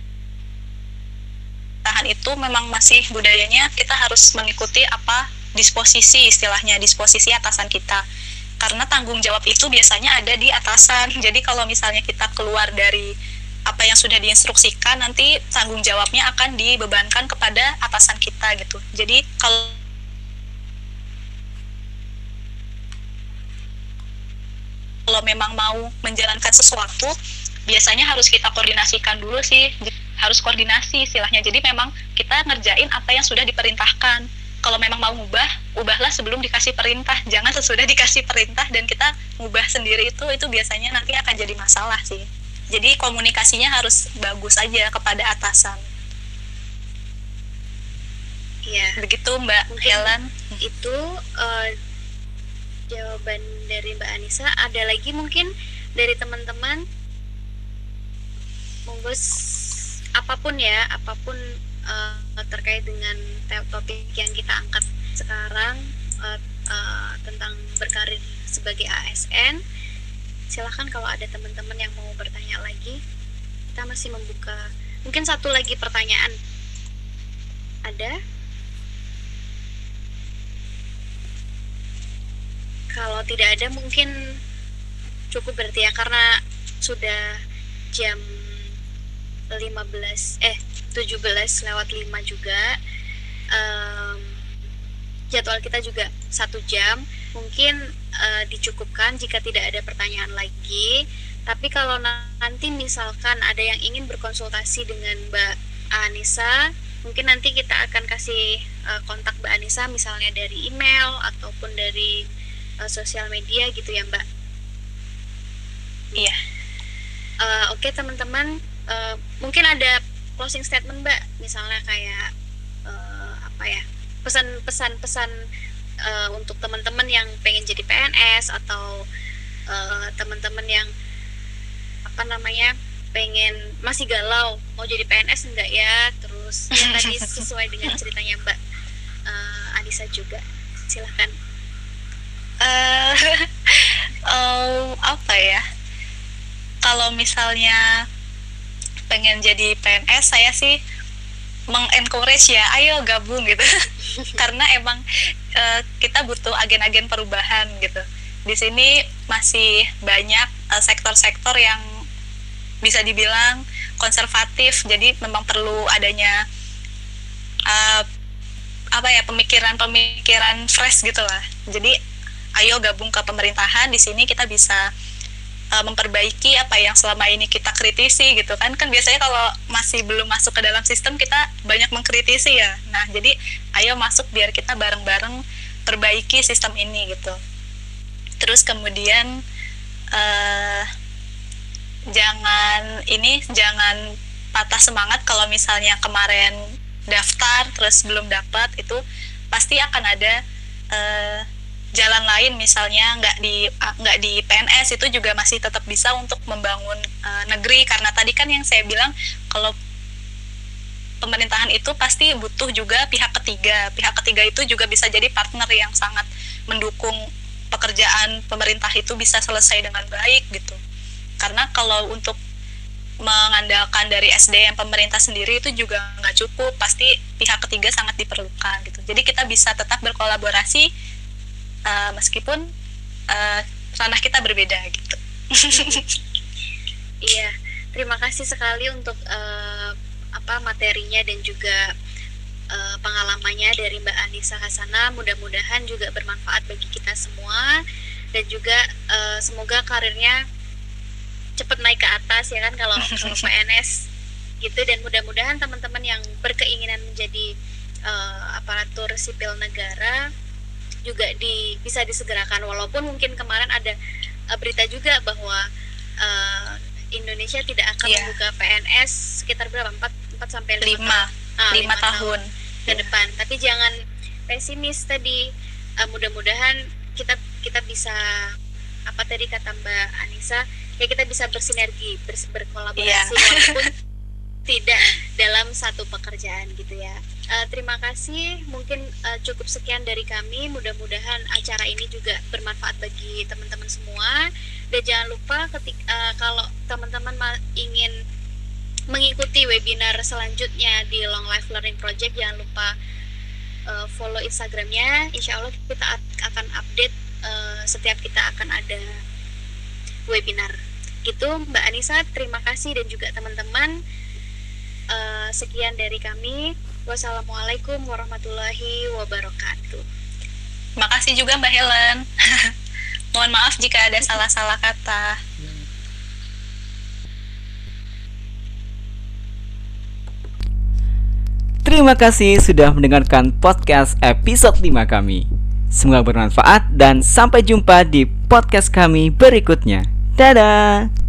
tahan itu memang masih budayanya kita harus mengikuti apa disposisi, istilahnya disposisi atasan kita, karena tanggung jawab itu biasanya ada di atasan. Jadi kalau misalnya kita keluar dari apa yang sudah diinstruksikan, nanti tanggung jawabnya akan dibebankan kepada atasan kita gitu. Jadi kalau kalau memang mau menjalankan sesuatu, biasanya harus kita koordinasikan dulu sih, harus koordinasi istilahnya. Jadi memang kita ngerjain apa yang sudah diperintahkan. Kalau memang mau ngubah, ubahlah sebelum dikasih perintah, jangan sesudah dikasih perintah dan kita ngubah sendiri, itu itu biasanya nanti akan jadi masalah sih. Jadi komunikasinya harus bagus aja kepada atasan. Iya. Begitu Mbak Mungkin Helen. Itu uh, jawaban dari Mbak Anissa. Ada lagi mungkin dari teman-teman, monggo apapun ya, apapun uh, terkait dengan topik yang kita angkat sekarang, uh, uh, tentang berkarir sebagai A S N. Silahkan kalau ada teman-teman yang mau bertanya lagi, kita masih membuka. Mungkin satu lagi pertanyaan ada? Kalau tidak ada mungkin cukup berarti ya, karena sudah jam lima belas eh tujuh belas lewat lima juga. Um, jadwal kita juga satu jam. Mungkin uh, dicukupkan jika tidak ada pertanyaan lagi. Tapi kalau nanti misalkan ada yang ingin berkonsultasi dengan Mbak Anissa, mungkin nanti kita akan kasih uh, kontak Mbak Anissa, misalnya dari email ataupun dari uh, sosial media gitu ya Mbak. Iya. Uh, Oke okay, teman-teman, uh, mungkin ada closing statement Mbak, misalnya kayak uh, apa ya, pesan-pesan pesan uh, untuk teman-teman yang pengen jadi P N S, atau uh, teman-teman yang apa namanya pengen masih galau mau jadi P N S enggak ya, terus yang tadi sesuai dengan ceritanya Mbak uh, Anissa juga. Silahkan. Uh, uh, apa ya? Kalau misalnya pengen jadi P N S, saya sih mengencourage ya, ayo gabung gitu. Karena emang uh, kita butuh agen-agen perubahan gitu. Di sini masih banyak uh, sektor-sektor yang bisa dibilang konservatif, jadi memang perlu adanya uh, apa ya, pemikiran-pemikiran fresh gitu lah. Jadi ayo gabung ke pemerintahan. Di sini kita bisa uh, memperbaiki apa yang selama ini kita kritisi gitu kan. Kan biasanya kalau masih belum masuk ke dalam sistem kita banyak mengkritisi ya. Nah, jadi ayo masuk biar kita bareng-bareng perbaiki sistem ini gitu. Terus kemudian uh, jangan ini jangan patah semangat kalau misalnya kemarin daftar terus belum dapat, itu pasti akan ada uh, jalan lain, misalnya nggak di nggak di P N S, itu juga masih tetap bisa untuk membangun uh, negeri. Karena tadi kan yang saya bilang, kalau pemerintahan itu pasti butuh juga pihak ketiga. Pihak ketiga itu juga bisa jadi partner yang sangat mendukung pekerjaan pemerintah itu bisa selesai dengan baik gitu. Karena kalau untuk mengandalkan dari S D M pemerintah sendiri itu juga nggak cukup, pasti pihak ketiga sangat diperlukan gitu. Jadi kita bisa tetap berkolaborasi uh, meskipun uh, ranah kita berbeda gitu. Iya, terima kasih sekali untuk uh, apa materinya dan juga uh, pengalamannya dari Mbak Anissa Hasana. Mudah-mudahan juga bermanfaat bagi kita semua, dan juga uh, semoga karirnya cepat naik ke atas ya kan, kalau kalau P N S gitu. Dan mudah-mudahan teman-teman yang berkeinginan menjadi uh, aparatur sipil negara juga di bisa disegerakan. Walaupun mungkin kemarin ada uh, berita juga bahwa uh, Indonesia tidak akan yeah. membuka P N S sekitar berapa, empat sampai lima lima tahun ke depan. Tapi jangan pesimis tadi. Uh, mudah-mudahan kita kita bisa, apa tadi kata Mbak Anissa, ya kita bisa bersinergi, ber- berkolaborasi yeah. walaupun tidak dalam satu pekerjaan gitu ya. Uh, terima kasih. Mungkin uh, cukup sekian dari kami. Mudah-mudahan acara ini juga bermanfaat bagi teman-teman semua. Dan jangan lupa ketika uh, kalau teman-teman ma- ingin mengikuti webinar selanjutnya di Long Life Learning Project, jangan lupa uh, follow Instagramnya. Insya Allah kita akan update uh, setiap kita akan ada webinar. Gitu Mbak Anissa, terima kasih, dan juga teman-teman. Uh, sekian dari kami. Wassalamualaikum warahmatullahi wabarakatuh. Makasih juga Mbak Helen. Mohon maaf jika ada salah-salah kata. Terima kasih sudah mendengarkan podcast episode lima kami. Semoga bermanfaat dan sampai jumpa di podcast kami berikutnya. Dadah!